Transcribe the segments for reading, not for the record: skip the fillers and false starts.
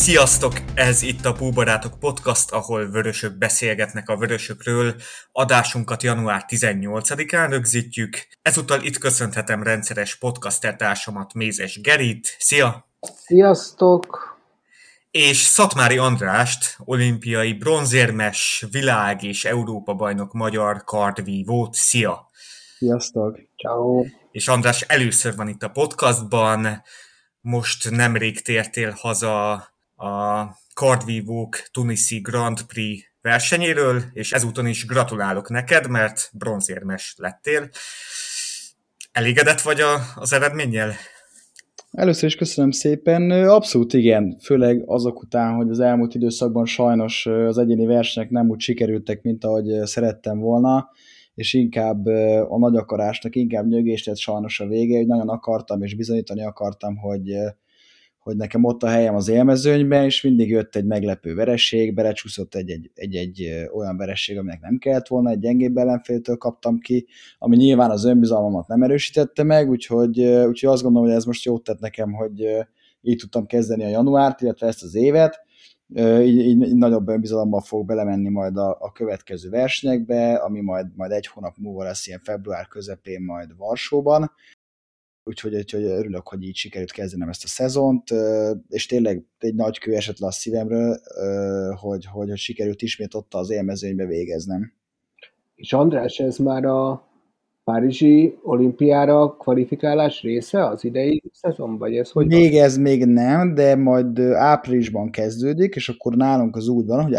Sziasztok! Ez itt a Púbarátok Podcast, ahol vörösök beszélgetnek a vörösökről. Adásunkat január 18-án rögzítjük. Ezúttal itt köszönhetem rendszeres podcaster társamat, Mézes Gerit. Szia! Sziasztok! És Szatmári Andrást, olimpiai bronzérmes, világ- és Európa-bajnok magyar kardvívót. Szia! Sziasztok! Ciao. És András először van itt a podcastban. Most nemrég tértél haza a kardvívók tuniszi Grand Prix versenyéről, és ezúton is gratulálok neked, mert bronzérmes lettél. Elégedett vagy az eredménnyel? Először is köszönöm szépen. Abszolút igen, főleg azok után, hogy az elmúlt időszakban sajnos az egyéni versenyek nem úgy sikerültek, mint ahogy szerettem volna, és inkább a nagy akarásnak inkább nyögés lett sajnos a vége, hogy nagyon akartam, és bizonyítani akartam, hogy nekem ott a helyem az élmezőnyben, és mindig jött egy meglepő vereség, belecsúszott egy olyan vereség, aminek nem kellett volna, egy gyengébb ellenféltől kaptam ki, ami nyilván az önbizalmamat nem erősítette meg, úgyhogy azt gondolom, hogy ez most jót tett nekem, hogy így tudtam kezdeni a januárt, illetve ezt az évet, így nagyobb önbizalommal fog belemenni majd a következő versenyekbe, ami majd egy hónap múlva lesz, ilyen február közepén majd Varsóban, úgyhogy örülök, hogy így sikerült kezdenem ezt a szezont, és tényleg egy nagy kő esett le a szívemről, hogy sikerült ismét ott az élmezőnybe végeznem. És András, ez már a Párizsi olimpiára kvalifikálás része az idei szezon, vagy ez hogy még van? Ez még nem, de majd áprilisban kezdődik, és akkor nálunk az úgy van, hogy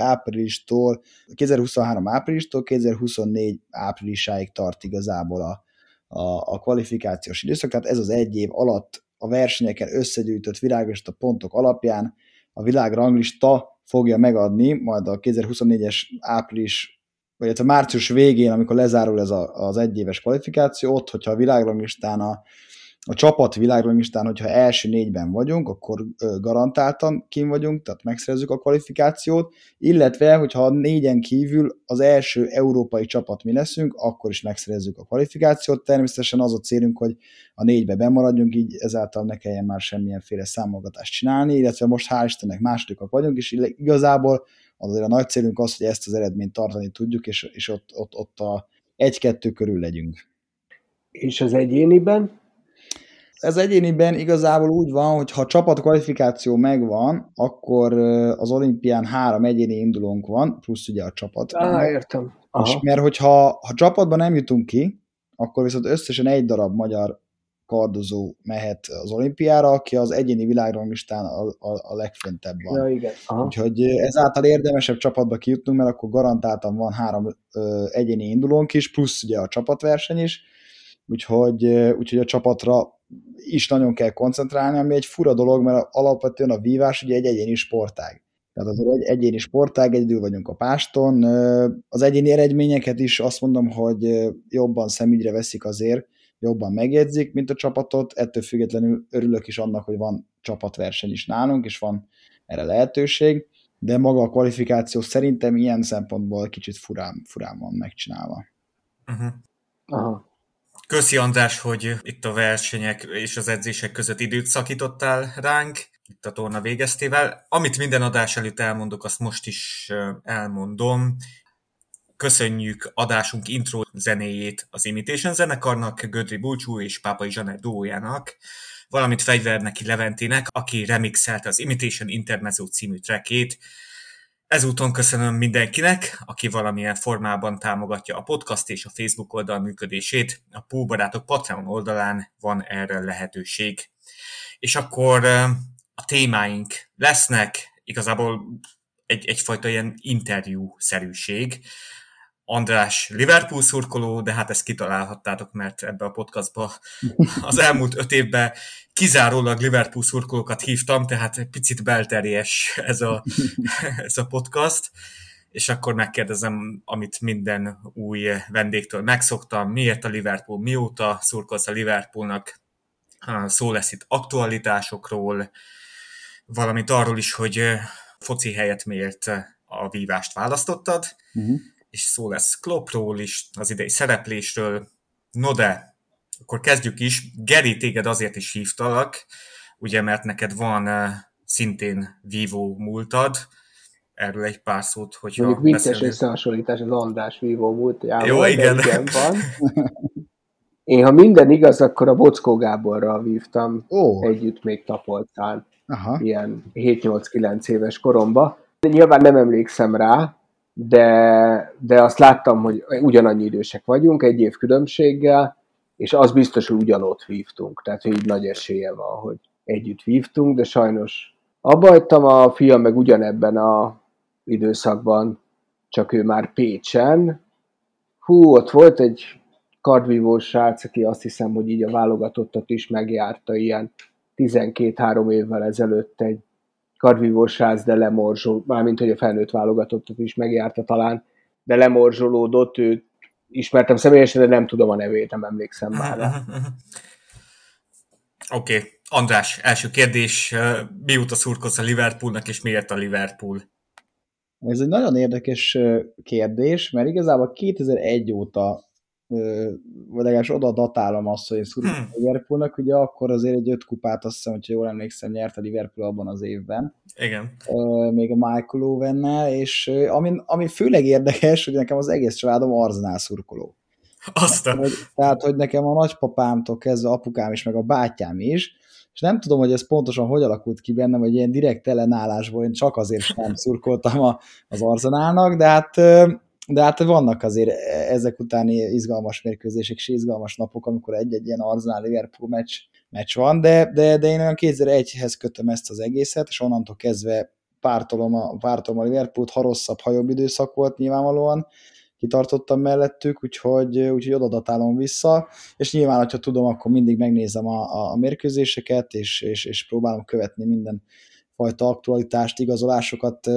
2023 áprilistól 2024 áprilisáig tart igazából a kvalifikációs időszak, tehát ez az egy év alatt a versenyeken összegyűjtött világlista pontok alapján a világranglista fogja megadni majd a 2024-es április, vagy a március végén, amikor lezárul ez az egyéves kvalifikáció, ott, hogyha a világranglistán a csapat világranglistán, hogyha első négyben vagyunk, akkor garantáltan kim vagyunk, tehát megszerezzük a kvalifikációt, illetve, hogyha a négyen kívül az első európai csapat mi leszünk, akkor is megszerezzük a kvalifikációt. Természetesen az a célunk, hogy a négybe bemaradjunk, így ezáltal ne kelljen már semmilyenféle számolgatást csinálni, illetve most hál' Istennek másodikak vagyunk, és igazából azért a nagy célunk az, hogy ezt az eredményt tartani tudjuk, és ott a 1-2 körül legyünk. És az egyéniben? Ez egyéniben igazából úgy van, hogy ha csapatkvalifikáció megvan, akkor az olimpián 3 egyéni indulónk van, plusz ugye a csapat. Értem. És mert hogyha csapatban nem jutunk ki, akkor viszont összesen 1 darab magyar kardozó mehet az olimpiára, aki az egyéni világranglistán a legföntebb van. Ja, igen. Úgyhogy ezáltal érdemesebb csapatba kijutnunk, mert akkor garantáltan van 3 egyéni indulónk is, plusz ugye a csapatverseny is, úgyhogy a csapatra is nagyon kell koncentrálni, ami egy fura dolog, mert alapvetően a vívás ugye egy egyéni sportág. Tehát az egy egyéni sportág, egyedül vagyunk a páston. Az egyéni eredményeket is azt mondom, hogy jobban szemügyre veszik azért, jobban megjegyzik, mint a csapatot. Ettől függetlenül örülök is annak, hogy van csapatverseny is nálunk, és van erre lehetőség, de maga a kvalifikáció szerintem ilyen szempontból kicsit furán van megcsinálva. Uh-huh. Aha. Köszi András, hogy itt a versenyek és az edzések között időt szakítottál ránk, itt a torna végeztével. Amit minden adás előtt elmondok, azt most is elmondom. Köszönjük adásunk intro zenéjét az Imitation zenekarnak, Gödri Bulcsú és Pápai Zsanett duójának, valamint Fegyverneki Leventének, aki remixelte az Imitation Intermezzo című trackét. Ezúton köszönöm mindenkinek, aki valamilyen formában támogatja a podcast és a Facebook oldal működését. A Púbarátok Patreon oldalán van erre lehetőség. És akkor a témáink lesznek, igazából egyfajta ilyen interjú-szerűség. András Liverpool szurkoló, de hát ezt kitalálhattátok, mert ebbe a podcastba az elmúlt 5 évben kizárólag Liverpool szurkolókat hívtam, tehát picit belterjes ez a podcast, és akkor megkérdezem, amit minden új vendégtől megszoktam, miért a Liverpool, mióta szurkolsz a Liverpoolnak, szó lesz itt aktualitásokról, valamint arról is, hogy foci helyett miért a vívást választottad, és szó lesz Kloppról is, az idei szereplésről. No de, akkor kezdjük is. Geri, téged azért is hívtalak, ugye, mert neked van szintén vívó múltad. Erről egy pár szót, hogyha Mondjuk vicces beszélnél. összehasonlítás az András vívó múltjával, Jó, igen. de igen van. Én, ha minden igaz, akkor a Bockó Gáborral vívtam együtt még Tapolcán. Aha. Ilyen 7-8-9 éves koromban. Nyilván nem emlékszem rá, de azt láttam, hogy ugyanannyi idősek vagyunk, egy év különbséggel, és az biztos, hogy ugyanott vívtunk. Tehát, hogy így nagy esélye van, hogy együtt vívtunk, de sajnos abba hagytam, a fiam meg ugyanebben a időszakban, csak ő már Pécsen. Ott volt egy kardvívós srác, aki azt hiszem, hogy így a válogatottat is megjárta ilyen 12-3 évvel ezelőtt egy kardvívós srác, de lemorzsolódott, mármint hogy a felnőtt válogatottat is megjárta talán, de lemorzsolódott, őt ismertem személyesen, de nem tudom a nevét, nem emlékszem már rá. Oké. András, első kérdés, mióta szurkolsz a Liverpoolnak, és miért a Liverpool? Ez egy nagyon érdekes kérdés, mert igazából 2001 óta vagy legalábbis oda datálom azt, hogy én szurkolok a Liverpoolnak, ugye akkor azért egy 5 kupát, azt hiszem, hogyha jól emlékszem, nyert a Liverpool abban az évben. Igen. Még a Michael Owennel, és ami főleg érdekes, hogy nekem az egész családom Arsenal szurkoló. Tehát, hogy nekem a nagypapámtól kezdve apukám is, meg a bátyám is, és nem tudom, hogy ez pontosan hogy alakult ki bennem, hogy ilyen direkt ellenállásból én csak azért nem szurkoltam az Arsenalnak, de hát vannak azért ezek utáni izgalmas mérkőzések és izgalmas napok, amikor egy-egy ilyen Arsenal-Liverpool meccs van, de én olyan 2001-hez kötöm ezt az egészet, és onnantól kezdve pártolom a Liverpoolt, ha rosszabb, ha jobb időszak volt nyilvánvalóan, kitartottam mellettük, úgyhogy oda datálom vissza, és nyilván, hogyha tudom, akkor mindig megnézem a mérkőzéseket, és próbálom követni minden fajta aktualitást, igazolásokat.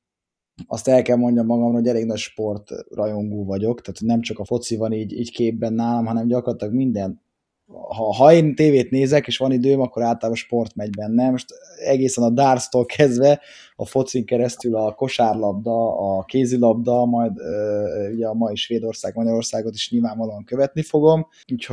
Azt el kell mondjam magamra, hogy elég nagy sportrajongó vagyok, tehát nem csak a foci van így képben nálam, hanem gyakorlatilag minden. Ha én tévét nézek, és van időm, akkor általában sport megy bennem. Most egészen a dartstól kezdve, a focin keresztül a kosárlabda, a kézilabda, majd ugye a mai Svédország, Magyarországot is nyilvánvalóan követni fogom,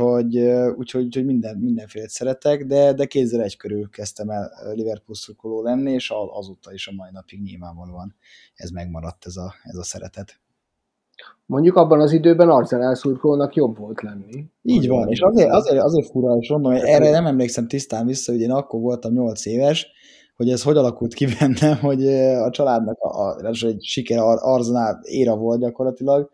úgyhogy mindenfélét szeretek, de 2001 körül kezdtem el Liverpool szurkoló lenni, és azóta is a mai napig nyilvánvalóan ez megmaradt, ez a szeretet. Mondjuk abban az időben Arsenal szurkolónak jobb volt lenni. Így van, és azért fura, és mondom, hogy erre nem emlékszem tisztán vissza, hogy én akkor voltam 8 éves, hogy ez hogy alakult ki bennem, hogy a családnak egy siker Arsenal éra volt gyakorlatilag.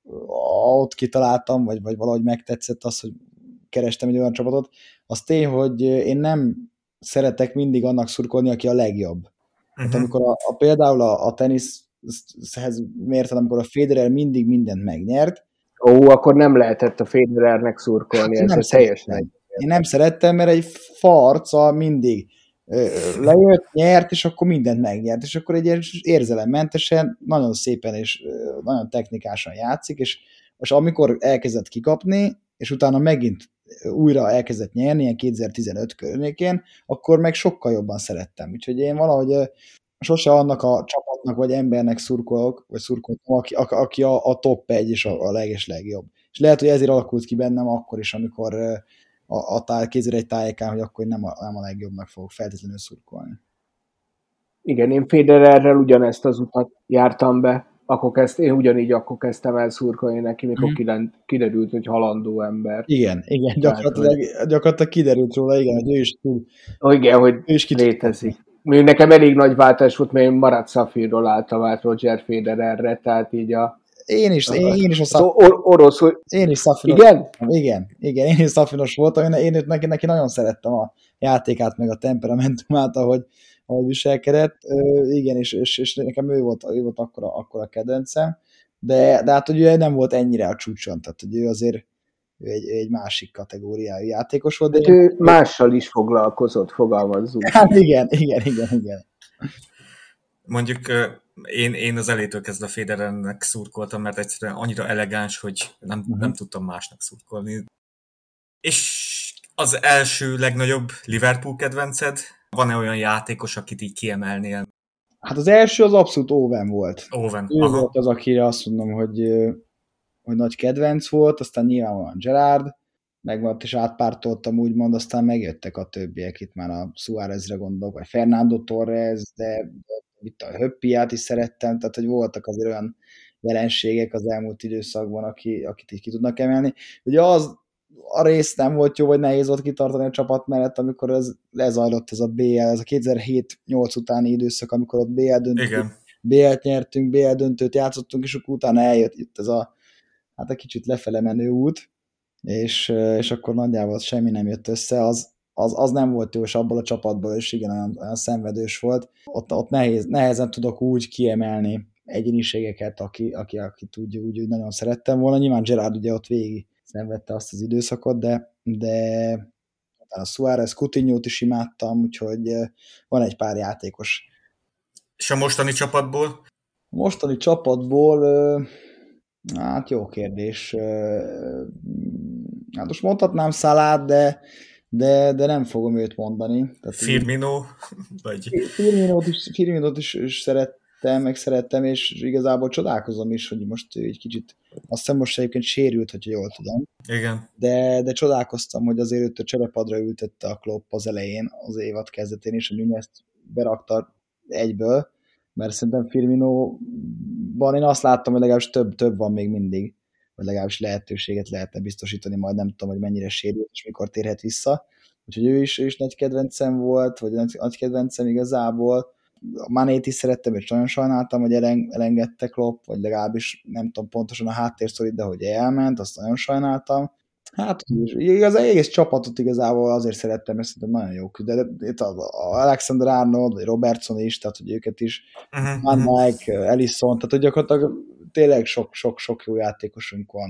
Ott kitaláltam, vagy valahogy megtetszett az, hogy kerestem egy olyan csapatot. Az tény, hogy én nem szeretek mindig annak szurkolni, aki a legjobb. Hát amikor például a teniszhez mérten, amikor a Federer mindig mindent megnyert. Akkor nem lehetett a Federernek szurkolni, hát ez teljesen. Én nem szerettem, mert egy farca mindig lejött, nyert, és akkor mindent megnyert, és akkor egy ilyen érzelemmentesen, nagyon szépen és nagyon technikásan játszik, és amikor elkezdett kikapni, és utána megint újra elkezdett nyerni, ilyen 2015 környékén, akkor meg sokkal jobban szerettem. Úgyhogy én valahogy sose annak a csapatnak vagy embernek szurkolok, vagy szurkoltam, aki a top 1 és a legjobb. És lehet, hogy ezért alakult ki bennem akkor is, amikor kézire egy tájékán, hogy akkor nem a legjobbnak fogok feltétlenül szurkolni. Igen, én Federerrel ugyanezt az utat jártam be, én ugyanígy akkor kezdtem el szurkolni neki, mikor kiderült, hogy halandó ember. Igen, gyakorlatilag kiderült róla, igen, hogy ő is tud. Igen, hogy létezik. Nekem elég nagy váltás volt, mert én Marat Safirról álltam át Roger Federerre, tehát így Én is oroszul. Én is Szafiros. Igen, én is Szafiros voltam, én neki nagyon szerettem a játékát, meg a temperamentumát, ahogy viselkedett. Igen, és nekem ő volt akkor a kedvencem, de hát ugye nem volt ennyire a csúcson, tehát hogy ő azért egy másik kategóriájú játékos volt. De ő mással is foglalkozott, fogalmazzunk. Hát igen. Mondjuk én az elétől kezdve Federernek szurkoltam, mert egyszerűen annyira elegáns, hogy nem tudtam másnak szurkolni. És az első legnagyobb Liverpool kedvenced? Van-e olyan játékos, akit így kiemelnél? Hát az első az abszolút Owen volt. Ő aha. volt az, akire azt mondom, hogy nagy kedvenc volt, aztán nyilvánvalóan Gerrard, megmaradt és átpártoltam úgymond, aztán megjöttek a többiek, itt már a Suárezre gondolok, vagy Fernando Torres, de itt a Höppiát is szerettem, tehát hogy voltak azért olyan jelenségek az elmúlt időszakban, akit így ki tudnak emelni. Ugye a rész nem volt jó, vagy nehéz volt kitartani a csapat mellett, amikor ez lezajlott ez a BL, ez a 2007-8 utáni időszak, amikor ott BL-t nyertünk, BL döntőt játszottunk, és akkor utána eljött ez a kicsit lefele menő út, és akkor nagyjából semmi nem jött össze, az nem volt jó, és abból a csapatból is igen, olyan szenvedős volt. Ott nehezen tudok úgy kiemelni egyéniségeket, aki tudja, úgy nagyon szerettem volna. Nyilván Gerard ugye ott végig szenvedte azt az időszakot, de a Suárez, Coutinho-t is imádtam, úgyhogy van egy pár játékos. És a mostani csapatból? A mostani csapatból, hát jó kérdés. Hát most mondhatnám Salát, de nem fogom őt mondani. Tehát Firmino? Vagy... Firminót is szerettem, és igazából csodálkozom is, hogy most egy kicsit, azt hiszem most egyébként sérült, hogyha jól tudom. Igen. De csodálkoztam, hogy azért őt a cserepadra ültette a Klopp az elején, az évad kezdetén is, hogy ezt berakta egyből, mert szerintem Firminóban én azt láttam, hogy legalábbis több van még mindig, vagy legalábbis lehetőséget lehetne biztosítani, majd nem tudom, hogy mennyire sérült, és mikor térhet vissza. Úgyhogy ő is nagy kedvencem volt, vagy nagy kedvencem igazából. A Manét is szerettem, és nagyon sajnáltam, hogy elengedte Klopp, vagy legalábbis nem tudom pontosan a háttérszorít, de hogy elment, azt nagyon sajnáltam. Hát az egész csapatot igazából azért szerettem, mert szerintem nagyon jó. De itt Alexander Arnold, vagy Robertson is, tehát hogy őket is, Van Dijk, Alisson, tehát hogy gyakorlatilag tényleg sok jó játékosunk van,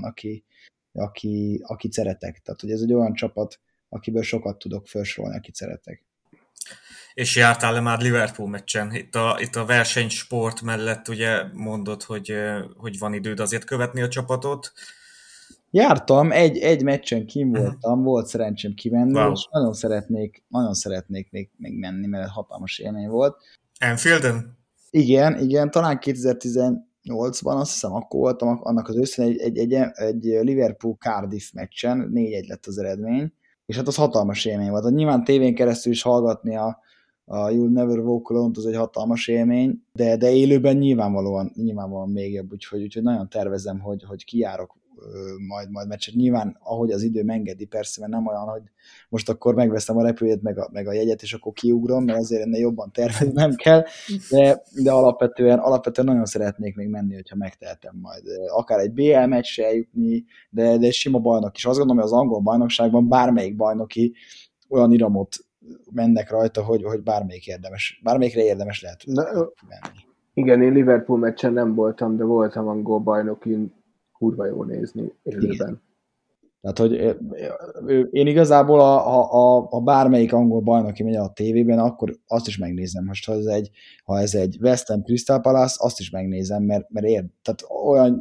akit szeretek. Tehát hogy ez egy olyan csapat, akiből sokat tudok felsorolni, akit szeretek. És jártál-e már Liverpool meccsen? Itt a versenysport mellett ugye mondod, hogy van időd azért követni a csapatot. Jártam, egy meccsen kim voltam, volt szerencsém kimenni, és nagyon szeretnék még menni, mert hatalmas élmény volt. Anfielden? Igen, talán 2018-ban, azt hiszem, akkor voltam annak az őszén egy Liverpool Cardiff meccsen, 4-1 lett az eredmény, és hát az hatalmas élmény volt. Nyilván tévén keresztül is hallgatni a You'll Never Walk Alone-t, az egy hatalmas élmény, de élőben nyilvánvalóan még jobb, úgyhogy nagyon tervezem, hogy kijárok majd meccset. Nyilván, ahogy az idő engedi, persze, mert nem olyan, hogy most akkor megveszem a repülőt, meg a jegyet, és akkor kiugrom, mert azért ennél jobban terveznem kell, de alapvetően nagyon szeretnék még menni, hogyha megtehetem majd. Akár egy BL meccsre eljutni, de egy sima bajnok is. Azt gondolom, hogy az angol bajnokságban bármelyik bajnoki olyan iramot mennek rajta, hogy bármelyikre érdemes lehet menni. Igen, én Liverpool meccsen nem voltam, de voltam angol bajnokin, kurva jó nézni élőben. Igen. Tehát, hogy én igazából a bármelyik angol bajnoki megy a tévében, akkor azt is megnézem. Most, ha ez egy West Ham Crystal Palace, azt is megnézem, mert tehát olyan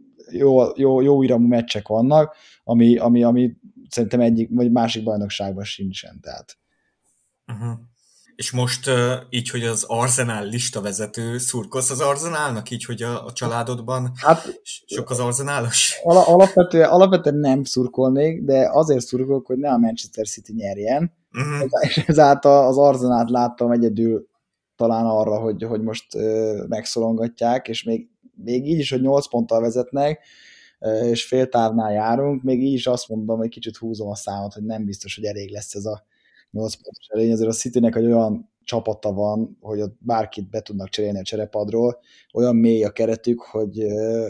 jó iramú meccsek vannak, ami szerintem egyik vagy másik bajnokságban sincsen. Tehát. Uh-huh. És most így, hogy az Arsenal listavezető, szurkolsz az Arsenalnak, így, hogy a családodban hát, sok az arzenálos? Alapvetően nem szurkolnék, de azért szurkolok, hogy ne a Manchester City nyerjen. Uh-huh. És ezáltal az Arsenalt láttam egyedül talán arra, hogy most megszorongatják, és még így is, hogy 8 ponttal vezetnek, és fél távnál járunk, még így is azt mondom, hogy kicsit húzom a számot, hogy nem biztos, hogy elég lesz ez a 8 pontos erény. Azért a Citynek egy olyan csapata van, hogy ott bárkit be tudnak cserélni a cserepadról, olyan mély a keretük, hogy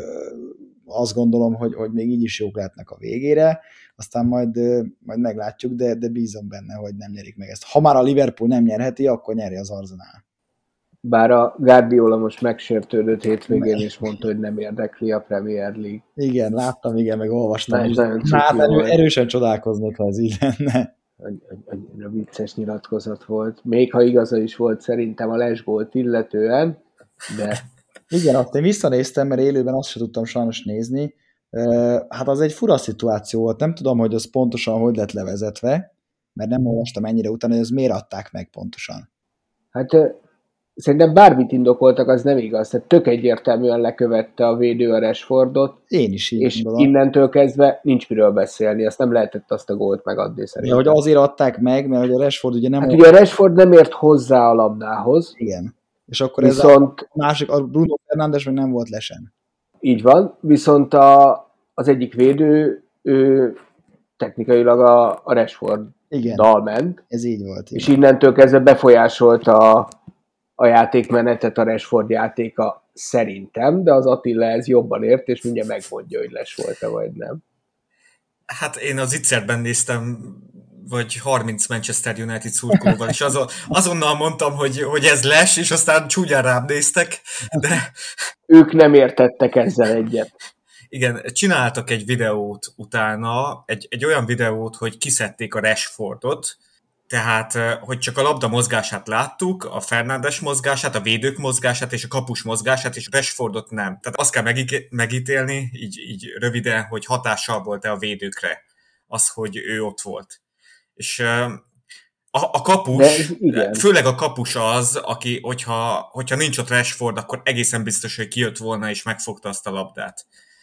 azt gondolom, hogy még így is jók lehetnek a végére, aztán majd meglátjuk, de bízom benne, hogy nem nyerik meg ezt. Ha már a Liverpool nem nyerheti, akkor nyeri az Arsenal. Bár a Guardiola most megsértődött hétvégén, és mondta, hogy nem érdekli a Premier League. Igen, láttam, meg olvastam. Hát erősen csodálkoznék, ha ez így lenne. Annyira vicces nyilatkozat volt. Még ha igaza is volt szerintem a lesgólt illetően, de... Igen, azt én visszanéztem, mert élőben azt sem tudtam sajnos nézni. Hát az egy fura szituáció volt. Nem tudom, hogy az pontosan hogy lett levezetve, mert nem olvastam ennyire utána, hogy az miért adták meg pontosan. Hát Szerintem bármit indokoltak, az nem igaz. Tehát tök egyértelműen lekövette a védő a Rashfordot, Én is így és gondolom. innentől kezdve nincs miről beszélni. Azt nem lehetett azt a gólt megadni De szerintem. hogy azért adták meg, mert hogy a Rashford ugye nem... Hát ugye a Rashford nem ért hozzá a labdához. Igen. És akkor viszont, ez a másik, a Bruno Fernandes meg nem volt lesen. Így van, viszont az egyik védő, ő technikailag a Rashford-dal ment. Ez így volt. És innentől kezdve befolyásolta a játékmenetet a Rashford játéka szerintem, de az Attila ez jobban ért, és mindjárt megmondja, hogy les volt-e vagy nem. Hát én az Itzerben néztem, vagy 30 Manchester United szurkolóval, és azonnal mondtam, hogy ez les, és aztán csúnyán rám néztek, de... Ők nem értettek ezzel egyet. Igen, csináltak egy videót utána, egy olyan videót, hogy kiszedték a Rashfordot, tehát, hogy csak a labda mozgását láttuk, a Fernandes mozgását, a védők mozgását és a kapus mozgását, és a Rashfordot nem. Tehát azt kell megítélni, így röviden, hogy hatással volt-e a védőkre az, hogy ő ott volt. És a kapus, főleg a kapus az, aki, hogyha nincs ott Rashford, akkor egészen biztos, hogy kijött volna és megfogta azt a labdát.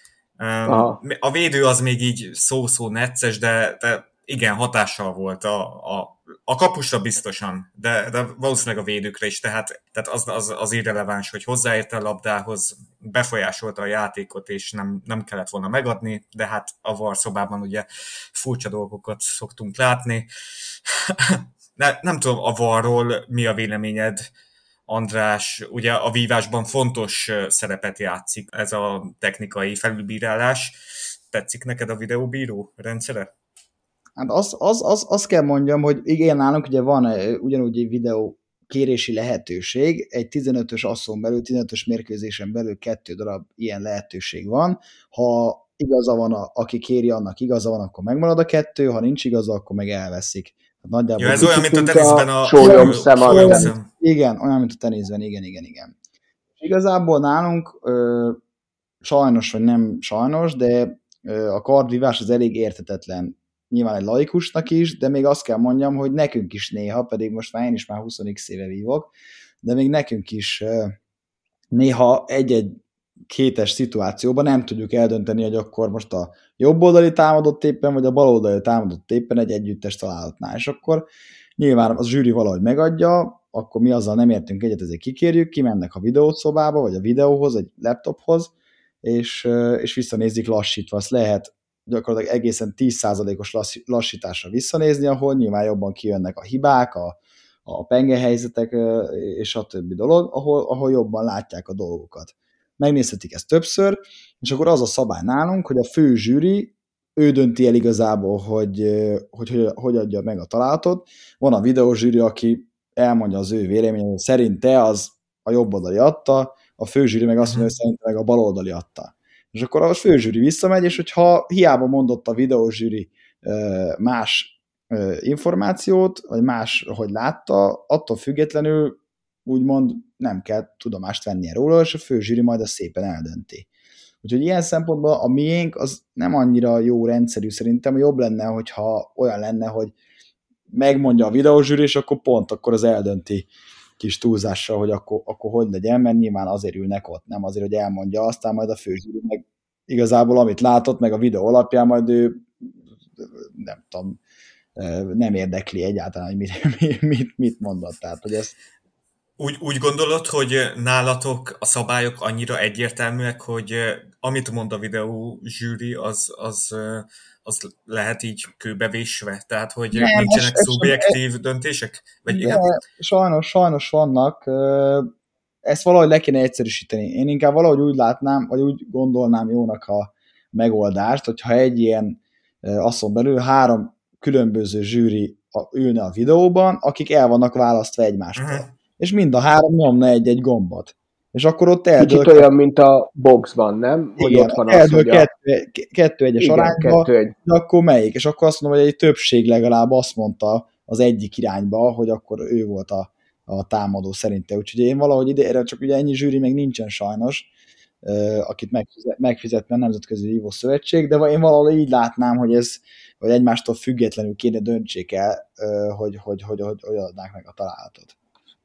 A védő az még így szó-szó necces, de igen, hatással volt a kapusra biztosan, de valószínűleg a védőkre is, tehát az irreleváns, hogy hozzáérte a labdához, befolyásolta a játékot, és nem kellett volna megadni, de hát a VAR szobában ugye furcsa dolgokat szoktunk látni. Nem tudom, a VAR-ról mi a véleményed, András? Ugye a vívásban fontos szerepet játszik ez a technikai felülbírálás. Tetszik neked a videóbíró rendszere? Hát azt kell mondjam, hogy igen, nálunk ugye van ugyanúgy egy videó kérési lehetőség, egy 15-ös asszon belül, 15-ös mérkőzésen belül 2 darab ilyen lehetőség van. Ha igaza van, aki kéri, annak igaza van, akkor megmarad a 2, ha nincs igaza, akkor meg elveszik. Nagyjából ja, ez olyan, mint a teniszben a sólyomszem. Igen, olyan, mint a teniszben, igen. Igazából nálunk sajnos, vagy nem sajnos, de a kardvívás az elég érthetetlen. Nyilván egy laikusnak is, de még azt kell mondjam, hogy nekünk is néha, pedig most már én is már 20x éve vívok, de még nekünk is néha egy-egy kétes szituációban nem tudjuk eldönteni, hogy akkor most a jobb oldali támadott éppen, vagy a bal oldali támadott éppen egy együttes találatnál. És akkor nyilván az zsűri valahogy megadja, akkor mi azzal nem értünk egyet, ezért kikérjük, kimennek a videószobába, vagy a videóhoz, egy laptophoz, és visszanézik lassítva. Azt lehet gyakorlatilag egészen 10%-os lassításra visszanézni, ahol nyilván jobban kijönnek a hibák, a pengehelyzetek, és a többi dolog, ahol jobban látják a dolgokat. Megnézhetik ezt többször, és akkor az a szabály nálunk, hogy a fő zsűri, ő dönti el igazából, hogy adja meg a találatot. Van a videózsűri, aki elmondja az ő véleményét, hogy szerinte az a jobb oldali adta, a fő zsűri meg azt mondja, hogy szerinte meg a bal oldali adta. És akkor a fő zsűri visszamegy, és hogyha hiába mondott a videózsűri más információt, vagy más, hogy látta, attól függetlenül úgymond nem kell tudomást vennie róla, és a fő zsűri majd azt szépen eldönti. Úgyhogy ilyen szempontból a miénk az nem annyira jó rendszerű szerintem, jobb lenne, hogyha olyan lenne, hogy megmondja a videózsűri, és akkor pont akkor az eldönti kis túlzással, hogy akkor hogy legyen, mert nyilván azért ülnek ott, nem azért, hogy elmondja, aztán majd a főzsűri meg igazából amit látott, meg a videó alapján majd ő nem tudom, nem érdekli egyáltalán, hogy mit mondott. Tehát, hogy ez... Úgy gondolod, hogy nálatok a szabályok annyira egyértelműek, hogy amit mond a videó zsűri, az lehet így kőbevésve? Tehát, hogy nincsenek szubjektív döntések? Vagy igen? Sajnos vannak. Ezt valahogy le kéne egyszerűsíteni. Én inkább valahogy úgy látnám, vagy úgy gondolnám jónak a megoldást, hogyha egy ilyen asszon belül 3 különböző zsűri ülne a videóban, akik el vannak választva egymástól. Uh-huh. És mind a 3 nyomna egy gombot. És akkor ott eldől... Kicsit olyan, mint a boxban, nem? Hogy igen, ott van az, hogy kettő egyes arányba, de akkor melyik? És akkor azt mondom, hogy egy többség legalább azt mondta az egyik irányba, hogy akkor ő volt a támadó szerinte. Úgyhogy én valahogy ide, csak ugye ennyi zsűri még nincsen sajnos, akit megfizetne a Nemzetközi Vívó Szövetség, de én valahol így látnám, hogy hogy egymástól függetlenül kéne döntsék el, hogy adnák meg a találatot.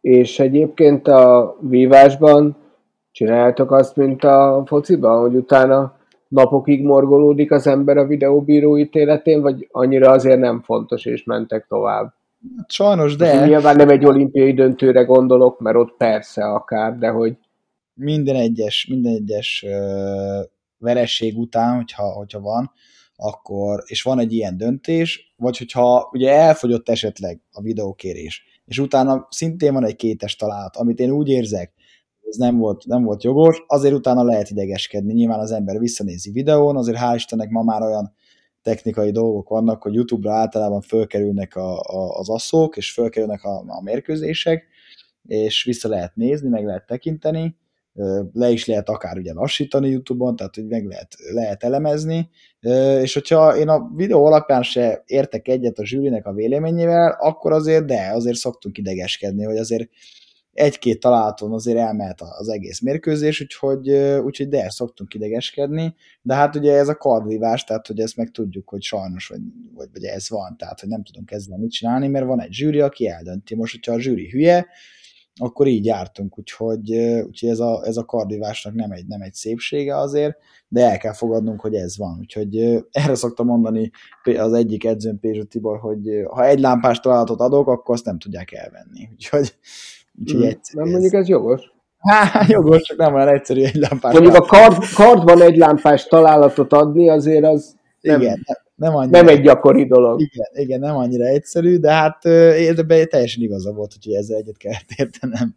És egyébként a vívásban csináljátok azt, mint a fociban, hogy utána napokig morgolódik az ember a videóbíró ítéletén, vagy annyira azért nem fontos, és mentek tovább? Sajnos, Most de nyilván nem egy olimpiai döntőre gondolok, mert ott persze akár, de hogy minden egyes veresség után, hogyha van, akkor, és van egy ilyen döntés, vagy hogyha ugye elfogyott esetleg a videókérés, és utána szintén van egy kétes találat, amit én úgy érzek, ez nem volt jogos, azért utána lehet idegeskedni. Nyilván az ember visszanézi videón, azért hál' Istennek ma már olyan technikai dolgok vannak, hogy YouTube-ra általában fölkerülnek az asszók, és fölkerülnek a mérkőzések, és vissza lehet nézni, meg lehet tekinteni, le is lehet akár ugye lassítani YouTube-on, tehát hogy meg lehet elemezni, és hogyha én a videó alapján se értek egyet a zsűrinek a véleményével, akkor azért szoktunk idegeskedni, hogy azért egy-két találaton azért elmehet az egész mérkőzés, úgyhogy de szoktunk idegeskedni, de hát ugye ez a kardvívás, tehát hogy ezt meg tudjuk, hogy sajnos, vagy ez van, tehát hogy nem tudunk ezzel mit csinálni, mert van egy zsűri, aki eldönti. Most, hogyha a zsűri hülye, akkor így jártunk, úgyhogy ez a kardvívásnak nem egy szépsége azért, de el kell fogadnunk, hogy ez van. Úgyhogy erre szoktam mondani az egyik edzőm, Pézső Tibor, hogy ha egy lámpás találatot adok, akkor azt nem tudják elvenni. Úgyhogy nem mondjuk ez jogos. Jogos, csak nem olyan egyszerű egy lámpás. Mondjuk a kardban egy lámpás találatot adni, azért az nem egy gyakori dolog. Igen, nem annyira egyszerű, de hát teljesen igaza volt, hogy ezzel egyet kellett értenem.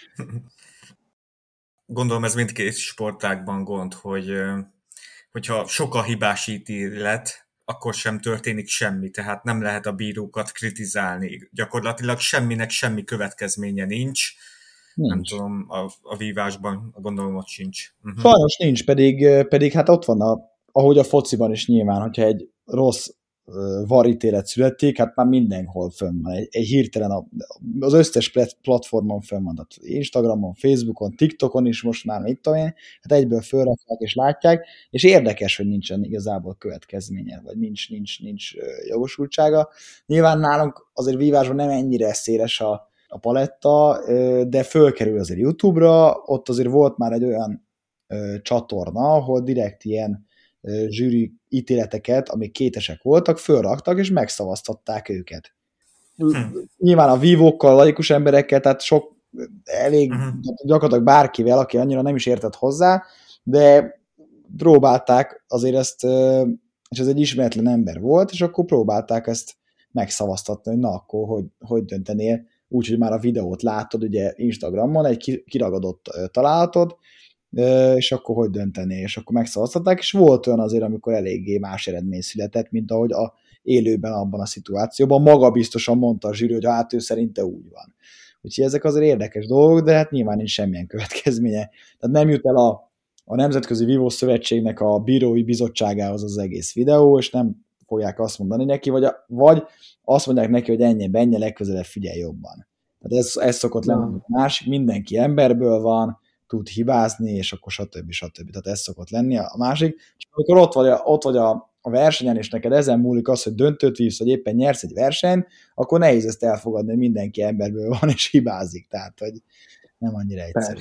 Gondolom ez mindkét sportágban gond, hogyha sok a hibás ítélet, akkor sem történik semmi, tehát nem lehet a bírókat kritizálni. Gyakorlatilag semminek semmi következménye nincs. Nem tudom, a vívásban gondolom ott sincs. Sajnos nincs, pedig hát ott van, ahogy a fociban is nyilván, hogyha egy rossz varítélet születik, hát már mindenhol fönn van. Egy hirtelen az összes platformon fönn van, tehát Instagramon, Facebookon, TikTokon is most már, mit tudom én, hát egyből fölrakják és látják, és érdekes, hogy nincsen igazából következménye, vagy nincs jogosultsága. Nyilván nálunk azért vívásban nem ennyire széles a paletta, de fölkerül azért YouTube-ra, ott azért volt már egy olyan csatorna, ahol direkt ilyen zsűri ítéleteket, amik kétesek voltak, fölraktak, és megszavaztatták őket. Nyilván a vívókkal, laikus emberekkel, tehát elég gyakorlatilag bárkivel, aki annyira nem is értett hozzá, de próbálták azért ezt, és ez egy ismeretlen ember volt, és akkor próbálták ezt megszavaztatni, hogy na akkor hogy döntenél, úgyhogy már a videót látod ugye Instagramon, egy kiragadott találatod, és akkor hogy döntené, és akkor megszavaztatták, és volt olyan azért, amikor eléggé más eredmény született, mint ahogy élőben abban a szituációban maga biztosan mondta a zsűri, hogy hát ő szerinte úgy van. Úgyhogy ezek azért érdekes dolgok, de hát nyilván nincs semmilyen következménye. Tehát nem jut el a Nemzetközi Vívó Szövetségnek a bírói bizottságához az egész videó, és nem fogják azt mondani neki, vagy azt mondják neki, hogy ennyi, legközelebb figyelj jobban. Tehát ez szokott lenni. Másik, mindenki emberből van, tud hibázni, és akkor stb. Tehát ez szokott lenni. A másik, és amikor ott vagy a versenyen, és neked ezen múlik az, hogy döntőt vívsz, vagy éppen nyersz egy versenyt, akkor nehéz ezt elfogadni, hogy mindenki emberből van, és hibázik. Tehát, hogy nem annyira egyszerű.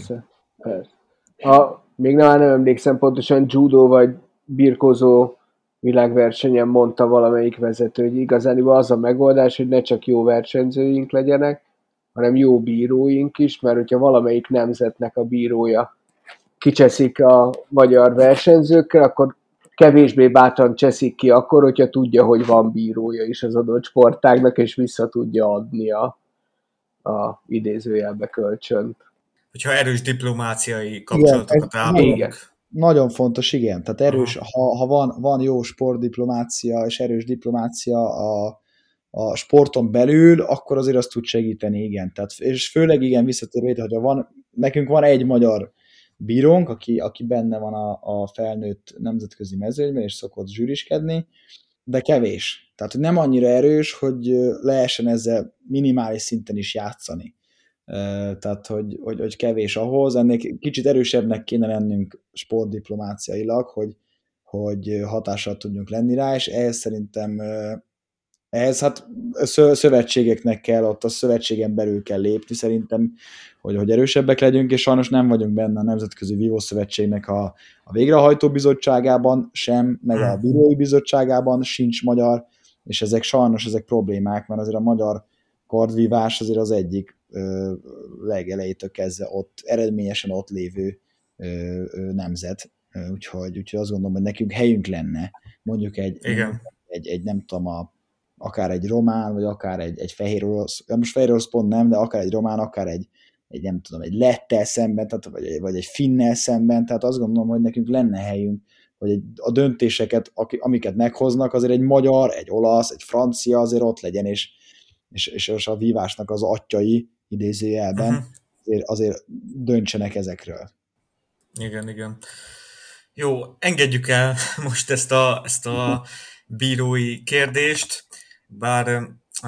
Persze. Még nem emlékszem pontosan, judo vagy birkózó világversenyen mondta valamelyik vezető, hogy igazán az a megoldás, hogy ne csak jó versenyzőink legyenek, hanem jó bíróink is, mert hogyha valamelyik nemzetnek a bírója kicseszik a magyar versenyzőkkel, akkor kevésbé bátran cseszik ki akkor, hogyha tudja, hogy van bírója is az adott sportágnak, és vissza tudja adni a idézőjelbe kölcsönt. Hogyha erős diplomáciai kapcsolatokat ápolunk. Nagyon fontos, igen. Tehát erős, ha van jó sportdiplomácia és erős diplomácia a sporton belül, akkor azért azt tud segíteni, igen. Tehát, és főleg igen, visszatérve, hogy nekünk van egy magyar bírónk, aki benne van a felnőtt nemzetközi mezőnyben, és szokott zsűriskedni, de kevés. Tehát, hogy nem annyira erős, hogy lehessen ezzel minimális szinten is játszani. Tehát, hogy kevés ahhoz, ennél kicsit erősebbnek kéne lennünk sportdiplomáciailag, hogy hatással tudjunk lenni rá, és ehhez szerintem Ez hát szövetségeknek kell, ott a szövetségen belül kell lépni szerintem, hogy erősebbek legyünk, és sajnos nem vagyunk benne a Nemzetközi Vívószövetségnek a végrehajtó bizottságában sem, meg a bírói bizottságában sincs magyar, és ezek sajnos problémák, mert azért a magyar kardvívás azért az egyik legelejétől kezdve ott, eredményesen ott lévő nemzet, úgyhogy azt gondolom, hogy nekünk helyünk lenne, mondjuk egy nem tudom, akár egy román, vagy akár egy fehér orosz, most fehér orosz pont nem, de akár egy román, akár egy nem tudom, egy lettel szemben, tehát, vagy egy finnel szemben, tehát azt gondolom, hogy nekünk lenne helyünk, hogy a döntéseket, amiket meghoznak, azért egy magyar, egy olasz, egy francia azért ott legyen, és a vívásnak az atyai idézőjelben azért döntsenek ezekről. Igen. Jó, engedjük el most ezt a bírói kérdést, bár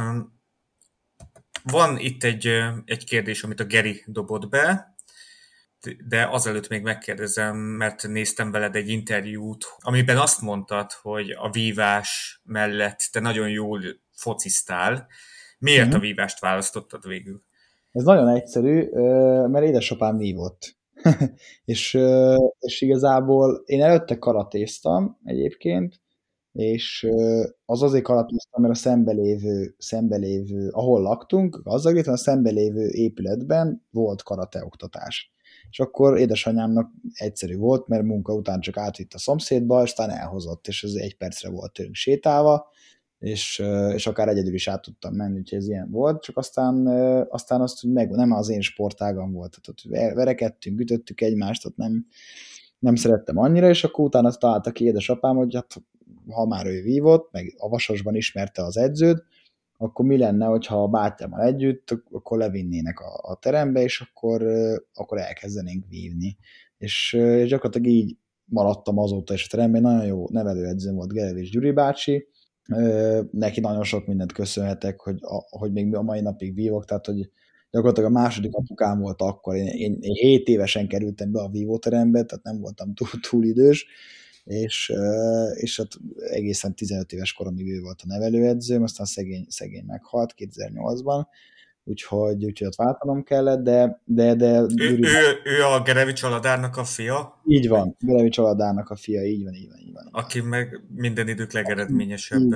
van itt egy kérdés, amit a Geri dobott be, de azelőtt még megkérdezem, mert néztem veled egy interjút, amiben azt mondtad, hogy a vívás mellett te nagyon jól fociztál. Miért a vívást választottad végül? Ez nagyon egyszerű, mert édesapám vívott. és igazából én előtte karatéztam egyébként, és az azért karatéztam, mert a szembelévő, ahol laktunk, Gazdagréten, a szembelévő épületben volt karateoktatás. És akkor édesanyámnak egyszerű volt, mert munka után csak átvitt a szomszédba, aztán elhozott, és ez 1 percre volt tőlünk sétálva, és akár egyedül is át tudtam menni, úgyhogy ez ilyen volt, csak aztán azt, hogy nem az én sportágam volt, tehát verekedtünk, ütöttük egymást, tehát nem szerettem annyira, és akkor utána találta ki édesapám, hogy hát, ha már ő vívott, meg a Vasasban ismerte az edződ, akkor mi lenne, hogyha a bátyámmal együtt, akkor levinnének a terembe, és akkor elkezdenénk vívni. És gyakorlatilag így maradtam azóta is a teremben, nagyon jó nevelőedzőm volt Gerevics Gyuri bácsi, neki nagyon sok mindent köszönhetek, hogy még a mai napig vívok, tehát hogy gyakorlatilag a második apukám volt akkor, én 7 évesen kerültem be a vívóterembe, tehát nem voltam túl idős, és hát egészen 15 éves koromig ő volt a nevelőedzőm, aztán szegény meghalt 2008-ban, úgyhogy ott váltanom kellett, de ő a Gerevics Aladárnak a fia? Így van, Gerevics Aladárnak a fia, így van. Aki meg minden idők legeredményesebb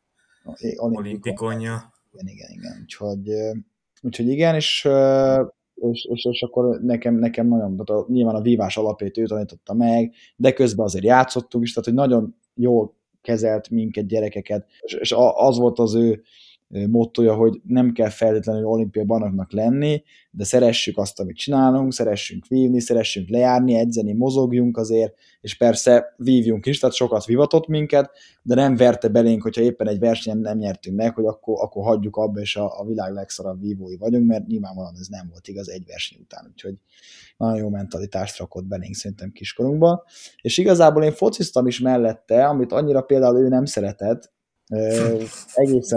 olimpikonja. Igen. Úgyhogy igen, és akkor nekem nagyon, tehát nyilván a vívás alapjait ő tanította meg, de közben azért játszottunk is, tehát hogy nagyon jól kezelt minket, gyerekeket, és az volt az ő mottoja, hogy nem kell feltétlenül olimpiai bajnoknak lenni, de szeressük azt, amit csinálunk, szeressünk vívni, szeressünk lejárni, edzeni, mozogjunk azért, és persze vívjunk is, tehát sokat vivatott minket, de nem verte belénk, hogyha éppen egy versenyen nem nyertünk meg, hogy akkor hagyjuk abba, és a világ legszarabb vívói vagyunk, mert nyilvánvalóan ez nem volt igaz egy verseny után, úgyhogy nagyon jó mentalitást rakott belénk szerintem kiskorunkba. És igazából én fociztam is mellette, amit annyira például ő nem szeretett, egészen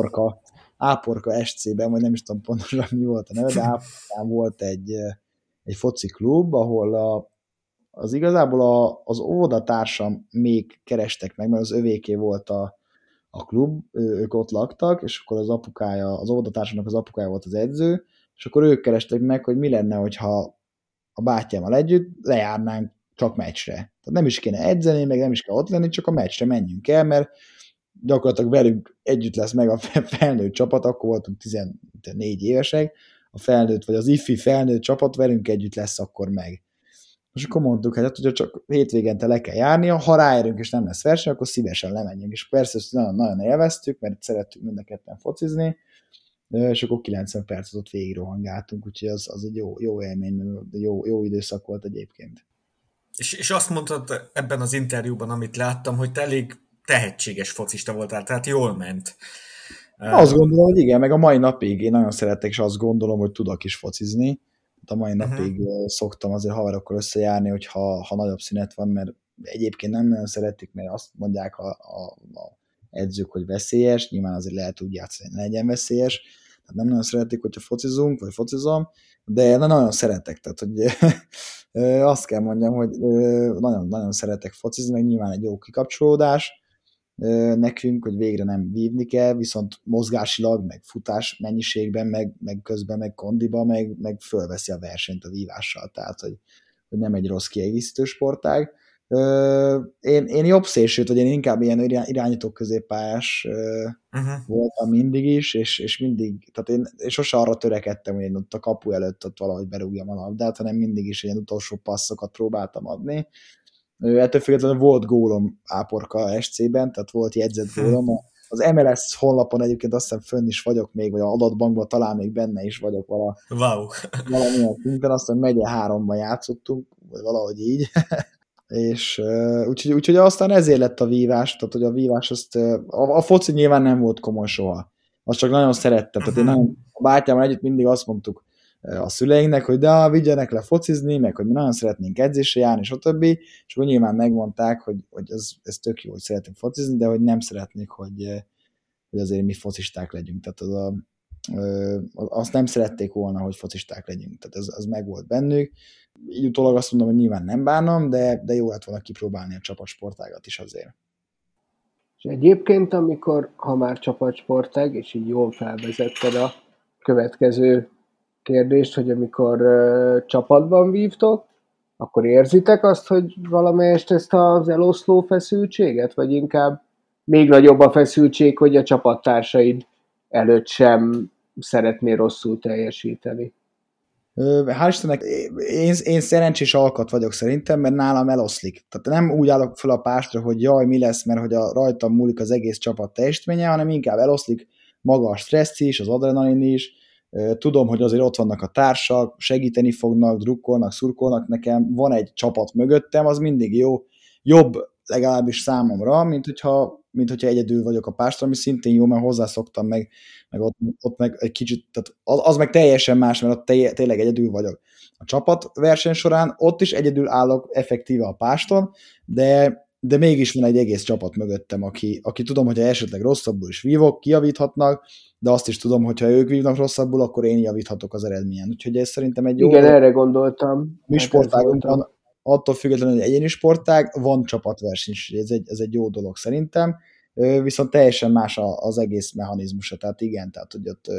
Áporka SC-ben, vagy nem is tudom pontosan mi volt a neve, de Áporkán volt egy foci klub, ahol az igazából az óvodatársam még kerestek meg, mert az övéké volt a klub, ők ott laktak, és akkor az óvodatársamnak az apukája volt az edző, és akkor ők kerestek meg, hogy mi lenne, hogyha a bátyámmal együtt lejárnánk csak meccsre. Tehát nem is kéne edzeni, meg nem is kell ott lenni, csak a meccsre menjünk el, mert gyakorlatilag velünk együtt lesz meg a felnőtt csapat, akkor voltunk 14 évesek, a felnőtt, vagy az ifi felnőtt csapat velünk együtt lesz akkor meg. És akkor mondtuk, hogy hát, hogyha csak hétvégente le kell járnia, ha ráérünk és nem lesz verseny, akkor szívesen lemenjünk. És persze ezt nagyon-nagyon élveztük, mert szerettük mind a ketten focizni, és akkor 90 percet ott végig rohangáltunk, úgyhogy az egy jó élmény, jó időszak volt egyébként. És azt mondtad ebben az interjúban, amit láttam, hogy te elég tehetséges focista voltál, tehát jól ment. Azt gondolom, hogy igen, meg a mai napig én nagyon szeretek, és azt gondolom, hogy tudok is focizni. A mai napig szoktam azért haverokkal összejárni, hogyha nagyobb szünet van, mert egyébként nem nagyon szeretik, mert azt mondják a edzők, hogy veszélyes, nyilván azért lehet úgy játszani, hogy ne legyen veszélyes, tehát nem nagyon szeretik, hogyha focizunk, vagy focizom, de nagyon szeretek, tehát hogy azt kell mondjam, hogy nagyon-nagyon szeretek focizni, meg nyilván egy jó kikapcsolódás, nekünk, hogy végre nem vívni kell, viszont mozgásilag, meg futás mennyiségben, meg közben, meg kondiba, meg fölveszi a versenyt a vívással, tehát hogy nem egy rossz kiegészítő sportág. Én jobb szélsőt, vagy én inkább ilyen irányító középpályás voltam mindig is, és mindig, tehát én sose arra törekedtem, hogy én ott a kapu előtt ott valahogy berúgjam a labdát, hanem mindig is ilyen utolsó passzokat próbáltam adni. Ettől függetlenül volt gólom Áporka SC-ben, tehát volt jegyzett gólom. Az MLS honlapon egyébként azt hiszem fönn is vagyok még, vagy az adatbankban talán még benne is vagyok valamilyen szinten, aztán megye 3-ban játszottunk, vagy valahogy így. És úgyhogy aztán ezért lett a vívás, tehát hogy a vívás azt, a foci nyilván nem volt komoly soha. Azt csak nagyon szerettem, tehát én nagyon, a bátyámmal együtt mindig azt mondtuk a szüleinknek, hogy de vigyenek le focizni, meg hogy mi nagyon szeretnénk edzésre járni, stb. És akkor nyilván megmondták, hogy ez tök jó, hogy szeretnénk focizni, de hogy nem szeretnék, hogy azért mi focisták legyünk. Tehát azt nem szerették volna, hogy focisták legyünk. Tehát ez meg volt bennük. Így utólag azt mondom, hogy nyilván nem bánom, de jó lett volna kipróbálni a csapatsportágat is azért. És egyébként, ha már csapatsportág, és így jól felvezetted a következő kérdést, hogy amikor csapatban vívtok, akkor érzitek azt, hogy valamelyest ezt az eloszló feszültséget, vagy inkább még nagyobb a feszültség, hogy a csapattársaid előtt sem szeretné rosszul teljesíteni? Hál' Istennek, én szerencsés alkat vagyok szerintem, mert nálam eloszlik. Tehát nem úgy állok fel a pástra, hogy jaj, mi lesz, mert hogy rajtam múlik az egész csapat teljesítménye, hanem inkább eloszlik maga a stressz is, az adrenalin is. Tudom, hogy azért ott vannak a társak, segíteni fognak, drukkolnak, szurkolnak nekem, van egy csapat mögöttem, az mindig jó. Jobb legalábbis számomra, mint hogyha egyedül vagyok a pástra, ami szintén jó, mert hozzászoktam, meg ott meg egy kicsit, tehát az meg teljesen más, mert ott tényleg egyedül vagyok. A csapatverseny során ott is egyedül állok effektíve a páston, de mégis van egy egész csapat mögöttem, aki tudom, hogyha esetleg rosszabbul is vívok, kijavíthatnak, de azt is tudom, hogyha ők vívnak rosszabbul, akkor én javíthatok az eredményen. Úgyhogy ez szerintem egy jó... Igen, erre gondoltam. Mi sportágunkban attól függetlenül, hogy egyéni sportág, van csapatverseny, ez egy jó dolog szerintem, viszont teljesen más az egész mechanizmusa, tehát igen, tehát hogy ott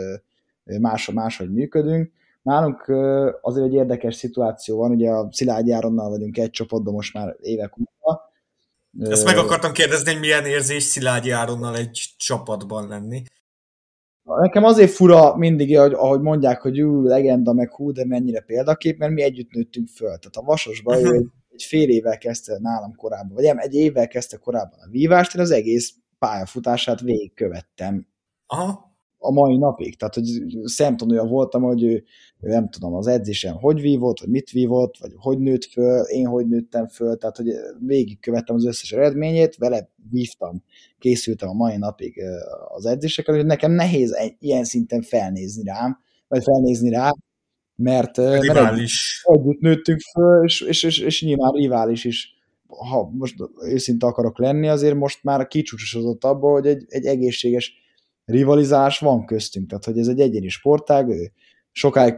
máshogy működünk. Nálunk azért egy érdekes szituáció van, ugye a Szilágyi Áronnal vagyunk egy csapatban most már évek óta. Ezt meg akartam kérdezni, hogy milyen érzés Szilágyi Áronnal egy csapatban lenni. Nekem azért fura mindig, ahogy mondják, hogy legenda, meg de mennyire példakép, mert mi együtt nőttünk föl. Tehát a Vasosban ő egy fél évvel kezdte nálam korábban, vagy egy évvel kezdte korábban a vívást, én az egész pályafutását végigkövettem. Aha. A mai napig. Tehát, hogy szemtanúja voltam, hogy ő nem tudom, az edzésen hogy vívott, vagy mit vívott, vagy hogy nőtt föl, én hogy nőttem föl, tehát, hogy végigkövettem az összes eredményét, vele vívtam, készültem a mai napig az edzéseken, hogy nekem nehéz ilyen szinten felnézni rám, vagy felnézni rá, mert együtt nőttünk föl, és nyilván rivális is. Ha most őszinte akarok lenni, azért most már kicsúcsosodott abból, hogy egy egészséges rivalizálás van köztünk, tehát hogy ez egy egyéni sportág, sokáig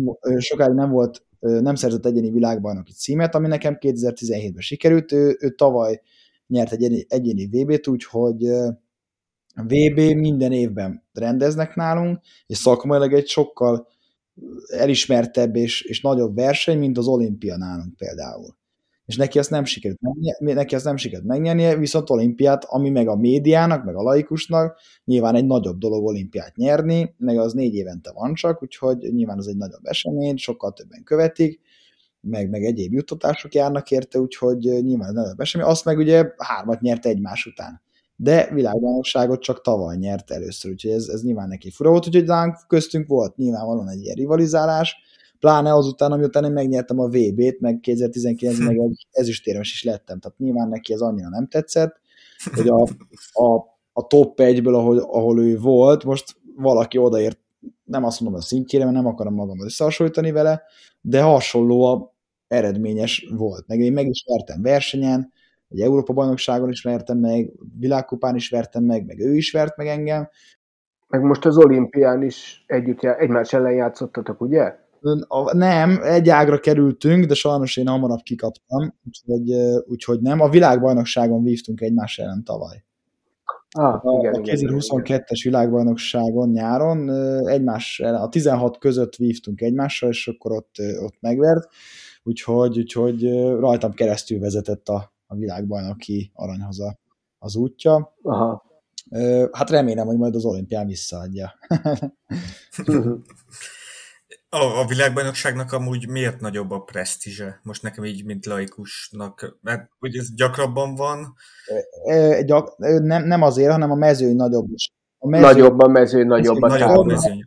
nem volt, nem szerzett egyéni világbajnoki címet, ami nekem 2017-ben sikerült, ő tavaly nyert egy egyéni VB-t, úgyhogy VB minden évben rendeznek nálunk, és szakmailag egy sokkal elismertebb és nagyobb verseny, mint az olimpia nálunk például. És neki azt nem sikerült megnyernie, viszont olimpiát, ami meg a médiának, meg a laikusnak nyilván egy nagyobb dolog olimpiát nyerni, meg az 4 évente van csak, úgyhogy nyilván az egy nagyobb esemény, sokkal többen követik, meg egyéb juttatások járnak érte, úgyhogy nyilván egy nagyobb esemény. Azt meg ugye 3 nyert egymás után. De világbajnokságot csak tavaly nyert először, úgyhogy ez nyilván neki fura volt, úgyhogy köztünk volt nyilvánvalóan egy ilyen rivalizálás, pláne azután, amiután én megnyertem a VB-t, meg 2019-ben meg ezüstérmes is lettem, tehát nyilván neki ez annyira nem tetszett, hogy a top 1-ből, ahol ő volt, most valaki odaért, nem azt mondom a szintjére, mert nem akarom magamat összehasonlítani vele, de hasonló eredményes volt. Meg én meg is vertem versenyen, egy Európa-bajnokságon is vertem meg, világkupán is vertem meg ő is vert meg engem. Meg most az olimpián is egymás ellen játszottatok, ugye? Nem, egy ágra kerültünk, de sajnos én hamarabb kikaptam, úgyhogy nem. A világbajnokságon vívtunk egymás ellen tavaly. A igen. 2022-es világbajnokságon nyáron a 16 között vívtunk egymással, és akkor ott megvert, úgyhogy rajtam keresztül vezetett a világbajnoki aranyhoz az útja. Aha. Hát remélem, hogy majd az olimpián visszaadja. A világbajnokságnak amúgy miért nagyobb a presztízse? Most nekem így, mint laikusnak, mert ugye ez gyakrabban van. Nem azért, hanem a mezőny nagyobb is. Nagyobb a mezőny, nagyobb a Nagyobb a táv. mezőny.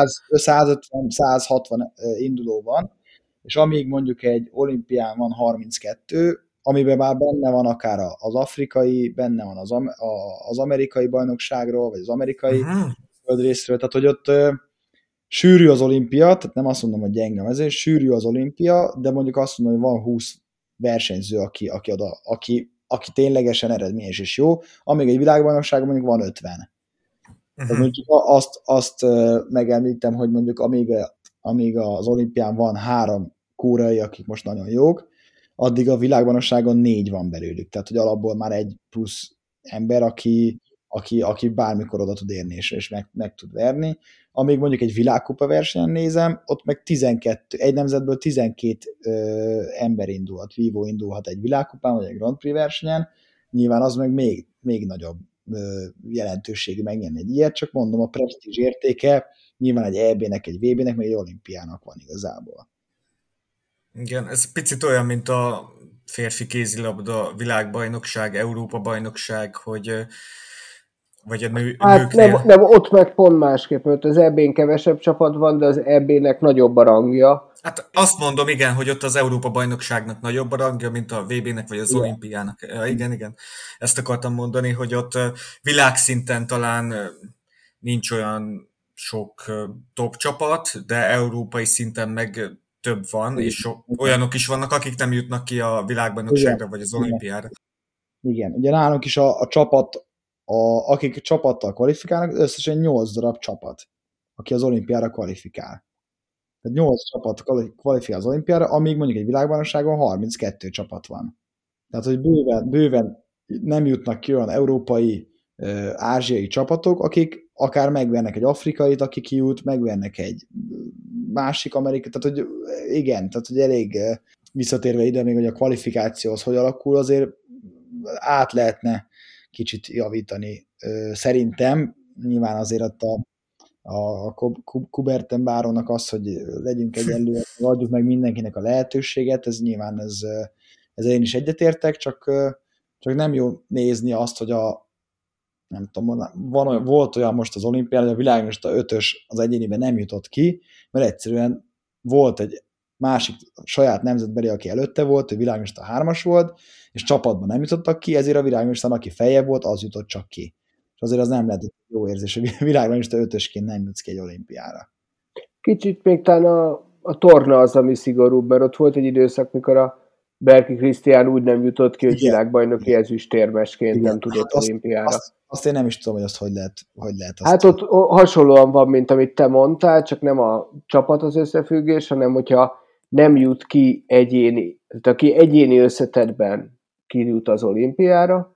150-160 induló van, és amíg mondjuk egy olimpián van 32, amiben már benne van akár az afrikai, benne van az amerikai bajnokságról, vagy az amerikai földrészről, tehát hogy ott sűrű az olimpia, tehát nem azt mondom, hogy gyenge mezőny, sűrű az olimpia, de mondjuk azt mondom, hogy van 20 versenyző, aki ténylegesen eredményes és jó, amíg egy világbajnokságon mondjuk van 50. Tehát mondjuk azt megemlítem, hogy mondjuk amíg az olimpián van 3 koreai, akik most nagyon jók, addig a világbajnokságon 4 van belőlük. Tehát, hogy alapból már egy plusz ember, aki bármikor oda tud érni, és meg tud verni. Amíg mondjuk egy világkupa versenyen nézem, ott meg egy nemzetből 12 ember indulhat, vívó indulhat egy világkupán, vagy egy Grand Prix versenyen, nyilván az meg még nagyobb jelentőségű megnyerni egy ilyet, csak mondom, a presztízs értéke nyilván egy EB-nek, egy VB-nek, meg egy olimpiának van igazából. Igen, ez picit olyan, mint a férfi kézilabda világbajnokság, Európa-bajnokság, hogy vagy a nőknél. Nem, ott meg pont másképp, mert az EB-n kevesebb csapat van, de az EB-nek nagyobb a rangja. Hát azt mondom, igen, hogy ott az Európa-bajnokságnak nagyobb a rangja, mint a VB-nek, vagy az olimpiának. Igen. Ezt akartam mondani, hogy ott világszinten talán nincs olyan sok top csapat, de európai szinten meg több van, és olyanok is vannak, akik nem jutnak ki a világbajnokságra, vagy az olimpiára. Igen, ugye nálunk is a csapat, akik csapattal kvalifikálnak, összesen 8 darab csapat, aki az olimpiára kvalifikál. Tehát 8 csapat kvalifikál az olimpiára, amíg mondjuk egy világbajnokságon 32 csapat van. Tehát, hogy bőven nem jutnak ki olyan európai, ázsiai csapatok, akik akár megvernek egy afrikait, aki kijut, megvernek egy másik amerikai, tehát, hogy igen, tehát, hogy elég visszatérve ide még, hogy a kvalifikációhoz hogy alakul, azért át lehetne kicsit javítani. Szerintem nyilván azért a Kuberten Bárónak az, hogy legyünk egyenlőek, adjuk meg mindenkinek a lehetőséget, ez nyilván ez én is egyetértek, csak nem jó nézni azt, hogy nem tudom, volt olyan most az olimpián, hogy a világbajnokság 5-ös az egyéniben nem jutott ki, mert egyszerűen volt egy másik saját nemzetbeli, aki előtte volt, ő világbajnokság 3-as volt, és csapatban nem jutottak ki, ezért a világbajnokság, aki feljebb volt, az jutott csak ki. És azért az nem lehet jó érzés, hogy világbajnokság 5-ösként nem jutsz ki egy olimpiára. Kicsit még talán a torna az, ami szigorúbb, mert ott volt egy időszak, mikor a Berki Krisztián úgy nem jutott ki, hogy világbajnoki ezüstérmesként nem tudott olimpiára. Azt én nem is tudom, hogy azt hogy lehet azt. Hát ott hasonlóan van, mint amit te mondtál, csak nem a csapat az összefüggés, hanem hogyha nem jut ki egyéni, tehát aki egyéni összetettben kijut az olimpiára,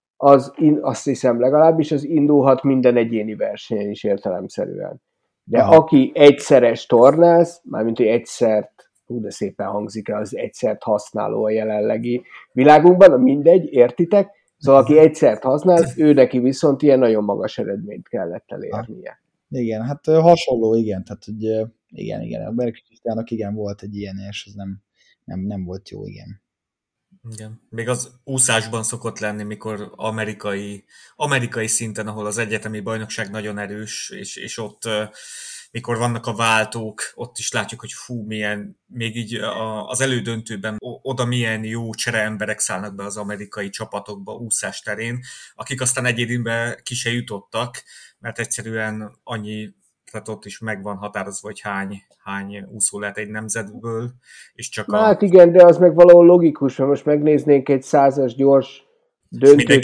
azt hiszem legalábbis, az indulhat minden egyéni versenyen is értelemszerűen. De aki egyszeres tornáz, mármint hogy egyszert, de szépen hangzik el, az egyszert használó a jelenlegi világunkban, mindegy, értitek? Szóval aki egyszert használ, ő neki viszont ilyen nagyon magas eredményt kellett elérnie. Igen, hát hasonló, igen, tehát hogy igen, a Berki Krisztiánnak igen volt egy ilyen, és ez nem volt jó, igen. Igen. Még az úszásban szokott lenni, mikor amerikai szinten, ahol az egyetemi bajnokság nagyon erős, és ott mikor vannak a váltók, ott is látjuk, hogy milyen, még így az elődöntőben oda milyen jó csereemberek szállnak be az amerikai csapatokba úszás terén, akik aztán egyéniben ki se jutottak, mert egyszerűen tehát ott is meg van határozva, hogy hány úszó lehet egy nemzetből, és csak Hát igen, de az meg valahol logikus, mert most megnéznénk egy 100-as gyors döntőt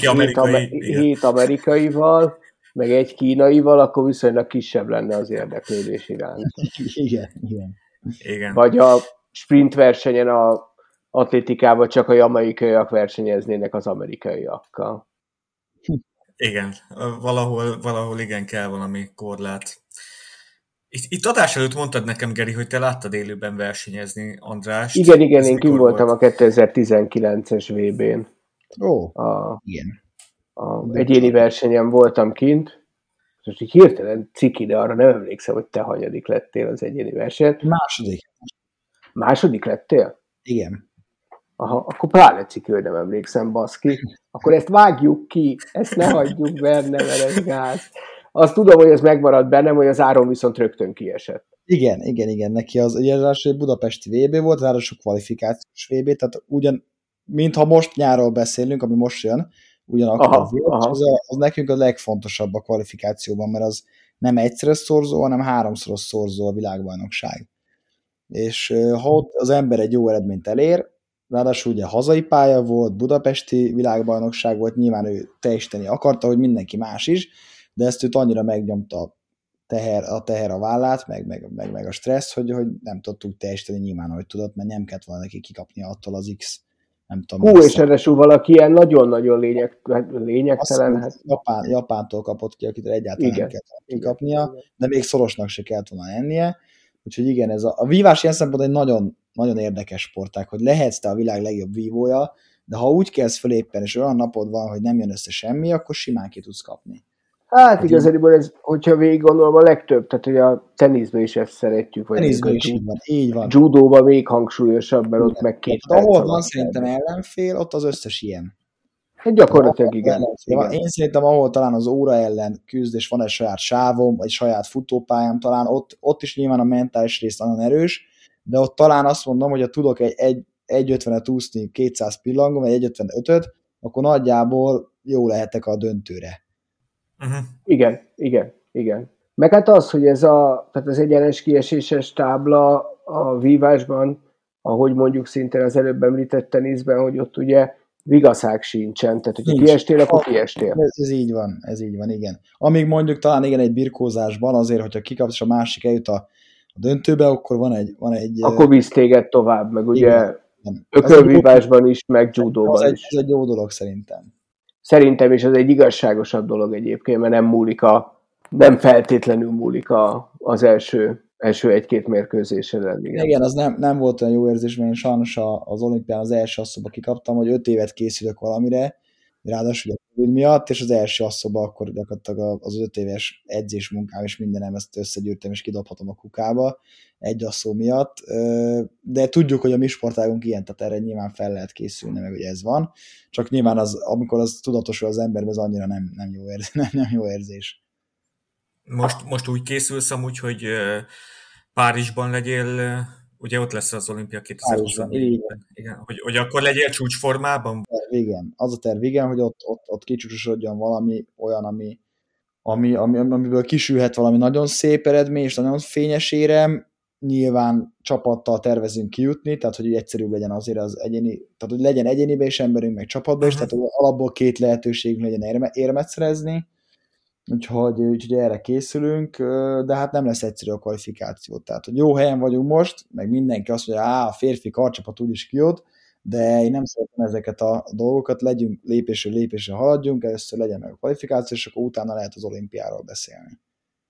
7 amerikaival, meg egy kínaival, akkor viszonylag kisebb lenne az érdeklődés iránt. Igen. Vagy a sprint versenyen a atlétikában csak a jamaikaiak versenyeznének az amerikaiakkal. Igen, valahol igen kell valami korlát. Itt adás előtt mondtad nekem, Geri, hogy te láttad élőben versenyezni Andrást. Igen, Ez én kint mikor voltam volt? a 2019-es VB-n. Ó, A, igen. egyéni versenyen voltam kint. Most így hirtelen ciki, de arra nem emlékszem, hogy te hanyadik lettél az egyéni versenyen. Második. Második lettél? Igen. Aha, akkor pláne ciki, hogy nem emlékszem, baszki. Akkor ezt vágjuk ki, ezt ne hagyjuk benne, mert ez gáz. Azt tudom, hogy ez megmaradt bennem, hogy az Áron viszont rögtön kiesett. Igen, neki az, ugye az egy budapesti VB volt, ráadásul kvalifikációs VB, tehát mintha most nyárról beszélünk, ami most jön, ugyanakkor volt, és az nekünk a legfontosabb a kvalifikációban, mert az nem egyszeres szorzó, hanem háromszoros szorzó a világbajnokság. És ha ott az ember egy jó eredményt elér, ráadásul ugye hazai pálya volt, budapesti világbajnokság volt, nyilván ő teljesíteni akarta, hogy mindenki más is, de ezt őt annyira megnyomta a teher a vállát, meg a stressz, hogy nem tudtuk teljesíteni nyilván, ahogy tudott, mert nem kellett volna neki kikapnia attól az X, nem tudom. Hú, és eresú valaki ilyen nagyon-nagyon lényegtelen. Hát Japántól kapott ki, akit egyáltalán nem kellett kikapnia, igen. De még szorosnak se kellett volna lennie. Úgyhogy igen, ez a vívás ilyen szempontból egy nagyon, nagyon érdekes sportág, hogy lehetsz te a világ legjobb vívója, de ha úgy kezd föl éppen, és olyan napod van, hogy nem jön össze semmi, akkor simán ki tudsz kapni. Hát igazából ez, hogyha végig gondolom, a legtöbb, tehát hogy a teniszben is ezt szeretjük, vagy teniszben is így van. Judóban még hangsúlyosabb, mert ott meg 2 perc. Ahol van szerintem ellenfél, ott az összes ilyen. Hát gyakorlatilag igen. Én szerintem, ahol talán az óra ellen küzd, és van egy saját sávom, vagy saját futópályám, talán ott is nyilván a mentális rész nagyon erős, de ott talán azt mondom, hogy ha tudok egy 1.50-et úszni 200 pillangom, vagy 1.55-öt, akkor nagyjából jó lehetek a döntőre. Igen. Meg hát az, hogy tehát az egyenes kieséses tábla a vívásban, ahogy mondjuk szintén az előbb említett teniszben, hogy ott ugye vigaszág sincsen, tehát hogyha kiestél, akkor kiestél. Ez így van, igen. Amíg mondjuk talán igen egy birkózásban azért, hogyha kikapsz, és a másik eljut a döntőbe, akkor van egy akkor visz téged tovább, meg ugye ökölvívásban is, meg judóban is. Ez egy jó dolog szerintem. Szerintem is ez egy igazságosabb dolog egyébként, mert nem feltétlenül múlik az első 1-2 mérkőzésen. Igen, az nem volt olyan jó érzés, mert én sajnos az olimpián az első asszóba kikaptam, hogy 5 évet készülök valamire, ráadásul a Covid miatt, és az első asszóba akkor gyakorlatilag az 5 éves edzés munkám és mindenem ezt összegyűrtem, és kidobhatom a kukába egy asszó miatt, de tudjuk, hogy a mi sportágunk ilyen, tehát erre nyilván fel lehet készülni, meg hogy ez van, csak nyilván amikor az tudatosul az emberben, ez annyira nem jó érzés. Most úgy készülsz amúgy, hogy Párizsban legyél, ugye ott lesz az olimpia 2024-ben. Igen, hogy akkor legyél csúcsformában? Igen, az a terv, igen, hogy ott kicsúcsosodjon valami olyan, amiből kisülhet valami nagyon szép eredmény, és nagyon fényes érem. Nyilván csapattal tervezünk kijutni, tehát hogy egyszerűbb legyen azért az egyéni, tehát hogy legyen egyénibe is emberünk, meg csapatban is, tehát hogy alapból 2 lehetőségünk legyen érmet szerezni, úgyhogy erre készülünk, de hát nem lesz egyszerű a kvalifikáció. Tehát, hogy jó helyen vagyunk most, meg mindenki azt mondja, a férfi karcsapat úgyis kijut, de én nem szeretem ezeket a dolgokat, legyünk lépésről lépésre haladjunk, először legyen meg a kvalifikáció, és akkor utána lehet az olimpiáról beszélni.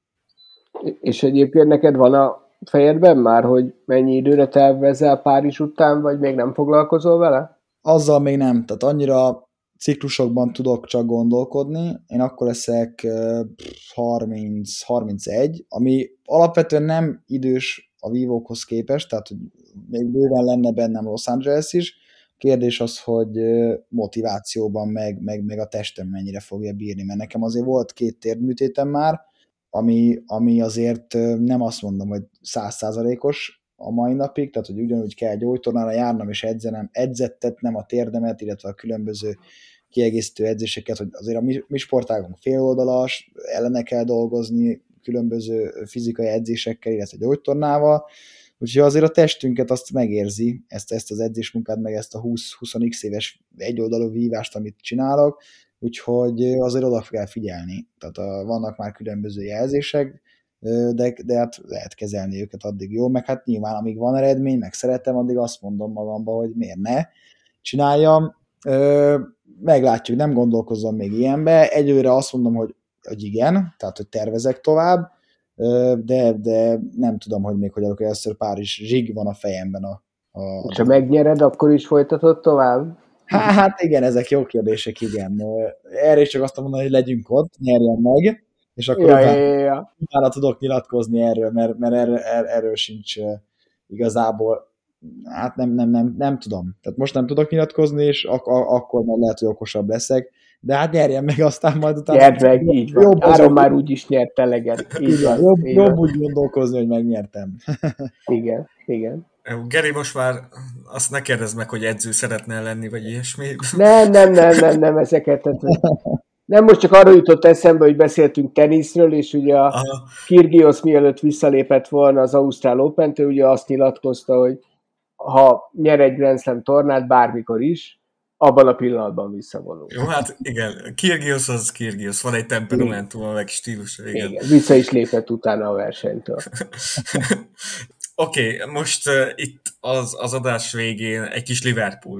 És egyébként neked van a fejedben már, hogy mennyi időre tervezel Párizs után, vagy még nem foglalkozol vele? Azzal még nem, tehát annyira ciklusokban tudok csak gondolkodni. Én akkor leszek 30-31, ami alapvetően nem idős a vívókhoz képest, tehát még bőven lenne bennem Los Angeles is. Kérdés az, hogy motivációban meg a testem mennyire fogja bírni, mert nekem azért volt 2 térdműtétem már, ami azért nem azt mondom, hogy 100%-os a mai napig, tehát hogy ugyanúgy kell gyógytornára járnom és edzettetnem a térdemet, illetve a különböző kiegészítő edzéseket, hogy azért a mi sportágunk féloldalas, ellene kell dolgozni különböző fizikai edzésekkel, illetve gyógytornával, úgyhogy azért a testünket azt megérzi, ezt az edzésmunkát, meg ezt a 20-20x éves egyoldalú vívást, amit csinálok, úgyhogy azért oda kell figyelni. Tehát vannak már különböző jelzések, de hát lehet kezelni őket addig jó, meg hát nyilván amíg van eredmény, meg szeretem, addig azt mondom magamba, hogy miért ne csináljam. meglátjuk, nem gondolkozzon még ilyenbe. Egyőre azt mondom, hogy igen, tehát hogy tervezek tovább, de nem tudom, hogy még hogy alakulok. Először Párizs zsig van a fejemben. És ha megnyered, akkor is folytatod tovább? Hát igen, ezek jó kérdések, igen. Erre is csak azt mondom, hogy legyünk ott, nyerjen meg, és akkor utána tudok nyilatkozni erről, mert erről sincs igazából, hát nem tudom. Tehát most nem tudok nyilatkozni, és akkor már lehet, hogy okosabb leszek, de hát nyerjen meg, aztán majd utána... Nyerd meg, így van. Áron már úgyis nyert eleget. Jobb úgy gondolkozni, hogy megnyertem. Igen. Geri, most már azt ne kérdezd meg, hogy edző szeretnél lenni, vagy ilyesmi. Nem, ezeket. Nem, most csak arra jutott eszembe, hogy beszéltünk teniszről, és ugye a Kyrgios mielőtt visszalépett volna az Ausztrál Open-től, ugye azt nyilatkozta, hogy ha nyer egy Grand Slam tornát, bármikor is, abban a pillanatban visszavonul. Jó, hát igen, Kyrgios az Kyrgios, van egy temperamentum, meg stílusa. Igen, vissza is lépett utána a versenytől. Oké, most itt az adás végén egy kis Liverpool.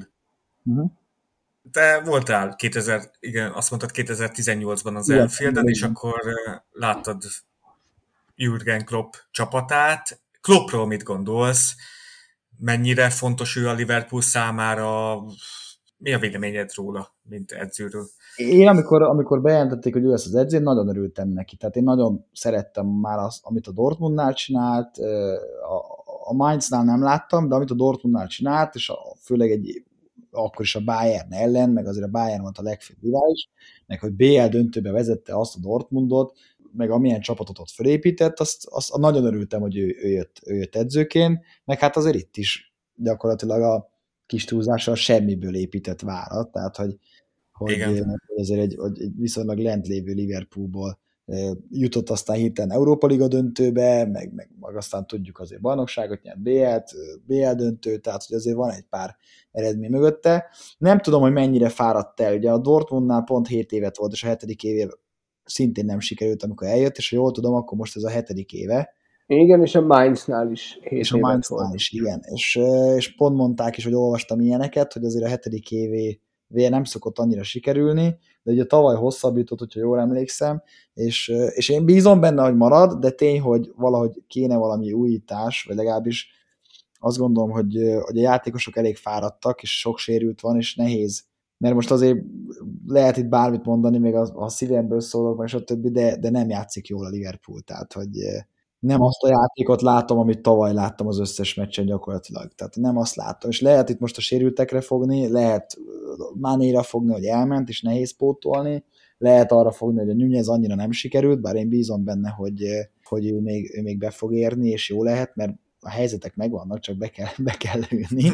Te voltál azt mondtad 2018-ban az Anfielden, és akkor láttad Jürgen Klopp csapatát. Kloppról mit gondolsz? Mennyire fontos ő a Liverpool számára? Mi a véleményed róla, mint edzőről? Én amikor bejelentették, hogy ő lesz az edző, nagyon örültem neki. Tehát én nagyon szerettem már azt, amit a Dortmundnál csinált, a Mainznál nem láttam, de amit a Dortmundnál csinált, és főleg akkor is a Bayern ellen, meg azért a Bayern volt a legfőbb rivális, meg hogy BL döntőbe vezette azt a Dortmundot, meg amilyen csapatot ott felépített, azt nagyon örültem, hogy ő jött edzőként, meg hát azért itt is gyakorlatilag a kis túlzással semmiből épített várat, tehát hogy ezért egy viszonylag lent lévő Liverpoolból jutott aztán hirtelen Európa Liga döntőbe, meg aztán tudjuk azért bajnokságot nyert, BL döntő, tehát hogy azért van egy pár eredmény mögötte. Nem tudom, hogy mennyire fáradt el, ugye a Dortmundnál pont 7 évet volt, és a 7. éve szintén nem sikerült, amikor eljött, és ha jól tudom, akkor most ez a 7. éve. Igen, és a Mainznál is 7 és a Mainznál is, igen. És pont mondták is, hogy olvastam ilyeneket, hogy azért a 7. évé nem szokott annyira sikerülni, de ugye tavaly hosszabbított, hogyha jól emlékszem, és én bízom benne, hogy marad, de tény, hogy valahogy kéne valami újítás, vagy legalábbis azt gondolom, hogy a játékosok elég fáradtak, és sok sérült van, és nehéz. Mert most azért lehet itt bármit mondani, még a szívemből szólok, meg stb., de nem játszik jól a Liverpool, tehát hogy nem azt a játékot látom, amit tavaly láttam az összes meccsen gyakorlatilag. Tehát nem azt látom. És lehet itt most a sérültekre fogni, lehet Manéra fogni, hogy elment, és nehéz pótolni, lehet arra fogni, hogy a Nunez annyira nem sikerült, bár én bízom benne, hogy ő még be fog érni, és jó lehet, mert a helyzetek megvannak, csak be kell lőni.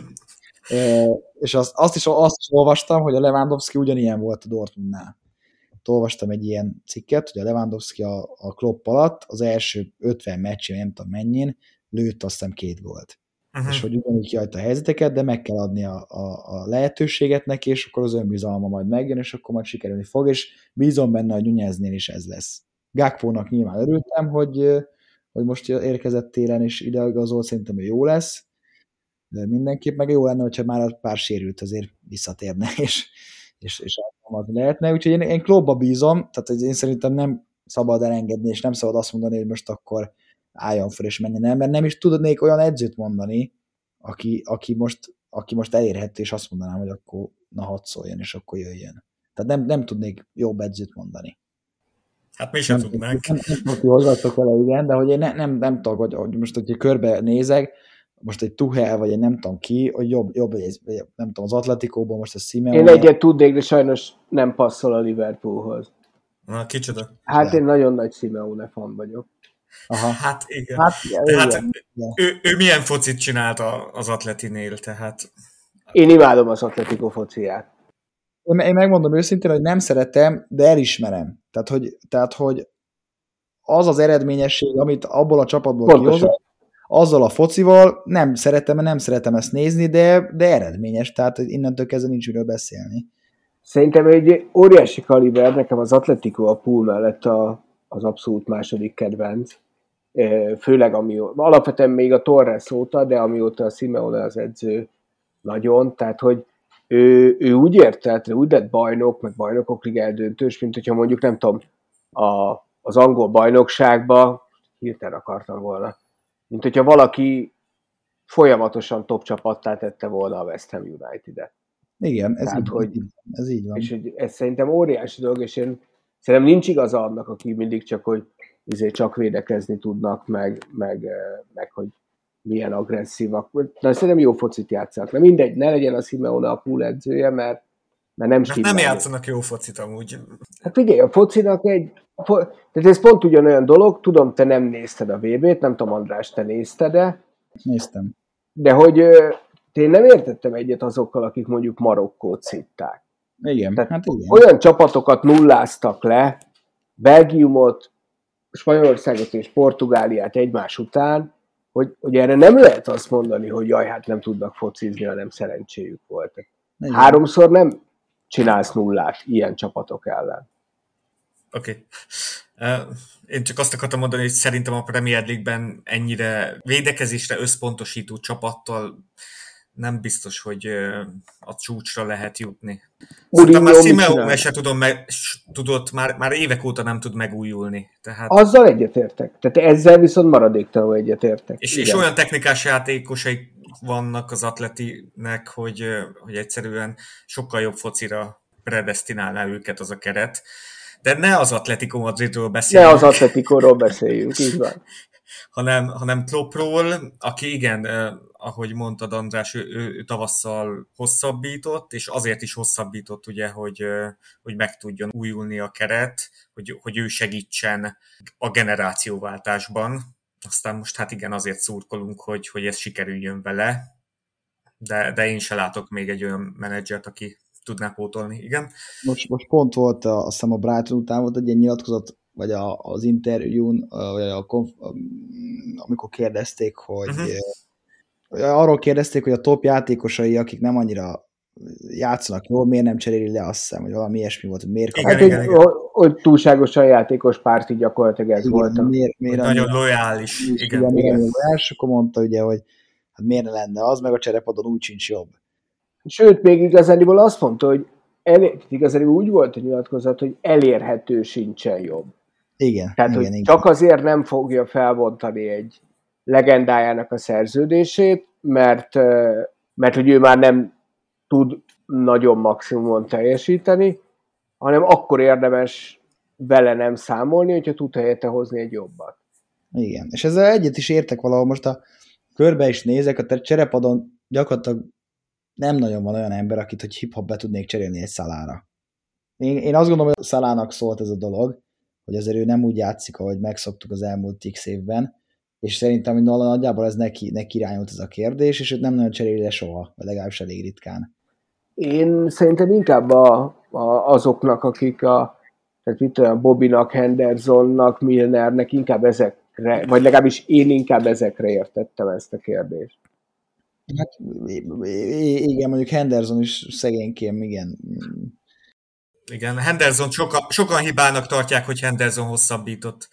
És azt is olvastam, hogy a Lewandowski ugyanilyen volt a Dortmundnál. Olvastam egy ilyen cikket, hogy a Lewandowski a Klopp alatt az első 50 meccsén, nem tudom mennyin, lőtt azt hiszem 2 gólt. És hogy ugyanígy kihagyta a helyzeteket, de meg kell adni a lehetőséget neki, és akkor az önbizalma majd megjön, és akkor majd sikerülni fog, és bízom benne, hogy Nuneznél is ez lesz. Gakpónak nyilván örültem, hogy most érkezett télen, és ideigazolt, szerintem ő jó lesz, de mindenképp meg jó lenne, hogyha már a pár sérült azért visszatérne, és alkalmazni lehetne. Úgyhogy én Kloppba bízom, tehát én szerintem nem szabad elengedni, és nem szabad azt mondani, hogy most akkor álljon fel és menjen el, mert nem is tudnék olyan edzőt mondani, aki most elérhető, és azt mondanám, hogy akkor na hadd szóljon, és akkor jöjjön. Tehát nem tudnék jobb edzőt mondani. Hát mi sem tudnánk. Nem tudok, hogy hozzátok vele, igen, de hogy én nem tudok, hogy most, hogyha körbe nézek, most egy Tuchel, vagy egy nem tudom ki, hogy jobb nem tudom, az Atletikóban most a Simeone. Én egyet tudnék, de sajnos nem passzol a Liverpoolhoz. Na, kicsoda. Hát én nagyon nagy Simeone fan vagyok. Aha. Hát igen. Hát ő milyen focit csinált az Atletinél, tehát... Én imádom az Atletico fociát. Én megmondom őszintén, hogy nem szeretem, de elismerem. Tehát, hogy az az eredményesség, amit abból a csapatból kihozott, azzal a focival nem szeretem ezt nézni, de eredményes, tehát innentől kezdve nincs miről beszélni. Szerintem egy óriási kaliber, nekem az Atletico a pool mellett az abszolút második kedvenc. Főleg alapvetően még a Torres óta, de amióta a Simeone az edző nagyon, tehát hogy ő úgy érte, úgy lett bajnok, meg bajnokok liga eldöntős, mint hogyha mondjuk nem tudom, az angol bajnokságba hirtelen akartam volna. Mint hogyha valaki folyamatosan top csapattá tette volna a West Ham United-et. Igen, Tehát, ez így van. És ez szerintem óriási dolog, és én szerintem nincs igaza annak, aki mindig csak, hogy csak védekezni tudnak, meg hogy milyen agresszívak. De szerintem jó focit játszanak. Na mindegy, ne legyen a Simeone a pool edzője, mert nem stimmel. Nem játszanak jó focit amúgy. Hát figyelj, a focinak tehát ez pont ugyanolyan dolog, tudom, te nem nézted a VB-t, nem tudom, András, te nézted-e? Néztem. De hogy én nem értettem egyet azokkal, akik mondjuk Marokkót szitták. Igen, hát igen. Olyan csapatokat nulláztak le, Belgiumot, Spanyolországot és Portugáliát egymás után, hogy erre nem lehet azt mondani, hogy jaj, hát nem tudnak focizni, hanem szerencséjük volt. Igen. 3-szor nem csinálsz nullát ilyen csapatok ellen. Oké. Én csak azt akartam mondani, hogy szerintem a Premier League-ben ennyire védekezésre összpontosító csapattal nem biztos, hogy a csúcsra lehet jutni. Szerintem már Simeone se tudott, már évek óta nem tud megújulni. Tehát... Azzal egyetértek. Tehát ezzel viszont maradéktalanul egyetértek. És olyan technikás játékosai vannak az Atletinek, hogy egyszerűen sokkal jobb focira predesztinálná őket az a keret. De ne az Atletico Madridról beszéljünk. Ne az Atleticóról beszéljünk, így van. hanem Kloppról, aki igen, ahogy mondtad András, ő tavasszal hosszabbított, és azért is hosszabbított, ugye, hogy meg tudjon újulni a keret, hogy ő segítsen a generációváltásban. Aztán most hát igen, azért szurkolunk, hogy ez sikerüljön vele, de én se látok még egy olyan menedzsert, aki tudná pótolni, igen. Most pont volt, azt hiszem a Brighton után volt egy ilyen nyilatkozat, vagy az interjún, vagy amikor kérdezték, hogy arról kérdezték, hogy a top játékosai, akik nem annyira játszanak jól, miért nem cseréli le, azt hiszem, hogy valami ilyesmi volt, hogy miért igen. Hogy túlságosan játékos párti gyakorlatilag ez volt. Miért nagyon lojális. Igen. Akkor mondta ugye, hogy hát miért ne lenne az, meg a cserepadon úgy sincs jobb. Sőt, még igazából azt mondta, hogy igazából úgy volt a nyilatkozat, hogy elérhető sincsen jobb. Igen. Tehát, hogy csak azért nem fogja felbontani egy legendájának a szerződését, mert hogy ő már nem tud nagyon maximumon teljesíteni, hanem akkor érdemes vele nem számolni, hogyha tud helyette hozni egy jobbat. Igen, és ezzel egyet is értek valahol, most a körbe is nézek, a cserepadon gyakorlatilag nem nagyon van olyan ember, akit hogy hip-hop be tudnék cserélni egy Salára. Én azt gondolom, hogy Salának szólt ez a dolog, hogy azért ő nem úgy játszik, ahogy megszoktuk az elmúlt x évben, és szerintem, hogy nagyjából ez neki irányult ez a kérdés, és őt nem nagyon cseréli le soha, vagy legalábbis elég ritkán. Én szerintem inkább azoknak, akik tehát mit tudom, Bobbynak, Hendersonnak, Milnernek inkább ezekre, vagy legalábbis én inkább ezekre értettem ezt a kérdést. Hát igen, mondjuk Henderson is szegénykém, igen. Igen, Henderson sokan hibának tartják, hogy Henderson hosszabbított.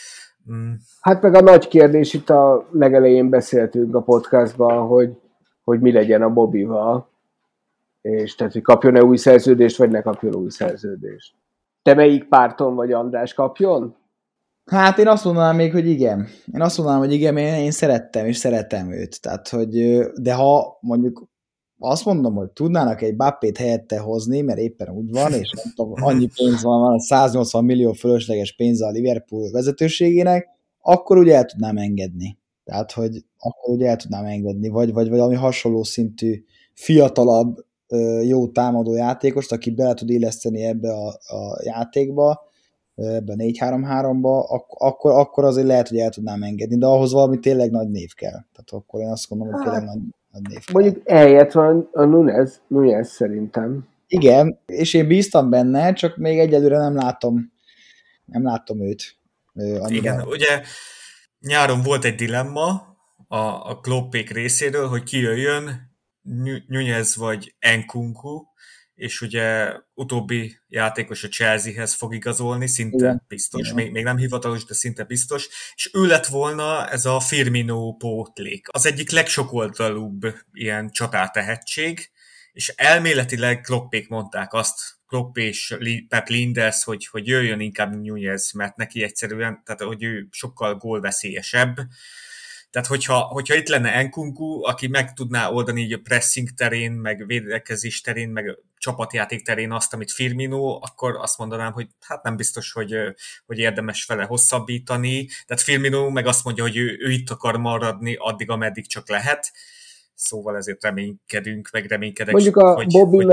Hát meg a nagy kérdés, itt a legelején beszéltünk a podcastban, hogy mi legyen a Bobbyval, és tehát, hogy kapjon-e új szerződést, vagy ne kapjon új szerződést. Te melyik párton vagy, András, kapjon? Hát én azt mondanám még, hogy igen. Én szerettem, és szeretem őt. Tehát, hogy, de ha mondjuk azt mondom, hogy tudnának egy Bappét helyette hozni, mert éppen úgy van, és nem tudom, annyi pénz van, 180 millió fölösleges pénze a Liverpool vezetőségének, akkor ugye el tudnám engedni. Tehát, hogy akkor ugye el tudnám engedni, vagy valami hasonló szintű, fiatalabb, jó támadó játékost, aki bele tud illeszteni ebbe a játékba, ebbe a 4-3-3-ba, akkor azért lehet, hogy el tudnám engedni, de ahhoz valami tényleg nagy név kell. Tehát akkor én azt gondolom, hogy tényleg nagy név kell. Mondjuk eljött van a Nunez szerintem. Igen, és én bíztam benne, csak még egyelőre nem látom őt. Igen, ugye nyáron volt egy dilemma a Kloppék részéről, hogy ki jöjjön, Nunez vagy Nkunku, és ugye utóbbi játékos a Chelseahez fog igazolni, szinte igen. Biztos, még nem hivatalos, de szinte biztos, és ő lett volna ez a Firmino pótlék. Az egyik legsokoldalúbb ilyen csatártehetség, És elméletileg Kloppék mondták azt, Klopp és Pep Linders, hogy jöjjön inkább Nunez, mert neki egyszerűen, tehát hogy ő sokkal gólveszélyesebb. Tehát hogyha itt lenne Nkunku, aki meg tudná oldani így a pressing terén, meg védekezés terén, meg csapatjáték terén azt, amit Firmino, akkor azt mondanám, hogy hát nem biztos, hogy érdemes vele hosszabbítani. Tehát Firmino meg azt mondja, hogy ő itt akar maradni addig, ameddig csak lehet. Szóval ezért reménykedek. Mondjuk a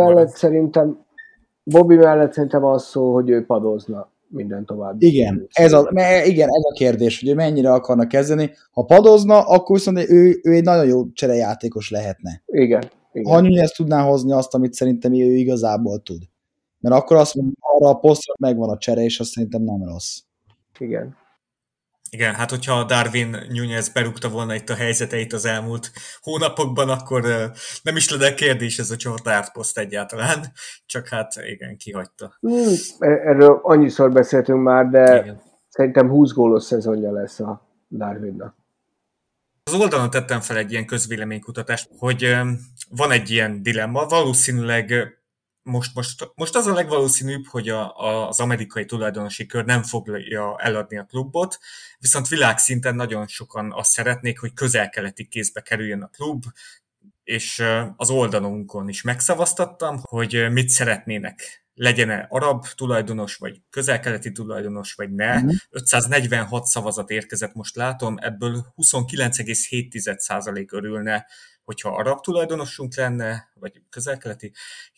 Bobby mellett szerintem az szó, hogy ő padozna minden tovább. Igen, ez a kérdés, hogy mennyire akarnak kezdeni. Ha padozna, akkor viszont ő egy nagyon jó cserejátékos lehetne. Igen. Ha Nunez tudná hozni azt, amit szerintem ő igazából tud. Mert akkor azt mondom, arra a posztra megvan a csere, és azt szerintem nem rossz. Igen, hát hogyha Darwin Nunez berúgta volna itt a helyzeteit az elmúlt hónapokban, akkor nem is lenne kérdés ez a csatárposzt egyáltalán, csak hát igen, kihagyta. Erről annyiszor beszéltünk már, de igen. Szerintem 20 gólos szezonja lesz a Darwinnak. Az oldalon tettem fel egy ilyen közvéleménykutatást, hogy van egy ilyen dilemma, valószínűleg most az a legvalószínűbb, hogy az amerikai tulajdonosi kör nem fogja eladni a klubot, viszont világszinten nagyon sokan azt szeretnék, hogy közel-keleti kézbe kerüljön a klub, és az oldalunkon is megszavaztattam, hogy mit szeretnének. Legyen-e arab tulajdonos, vagy közel-keleti tulajdonos, vagy ne. 546 szavazat érkezett, most látom, ebből 29,7% örülne, hogyha arab tulajdonosunk lenne, vagy közel-keleti,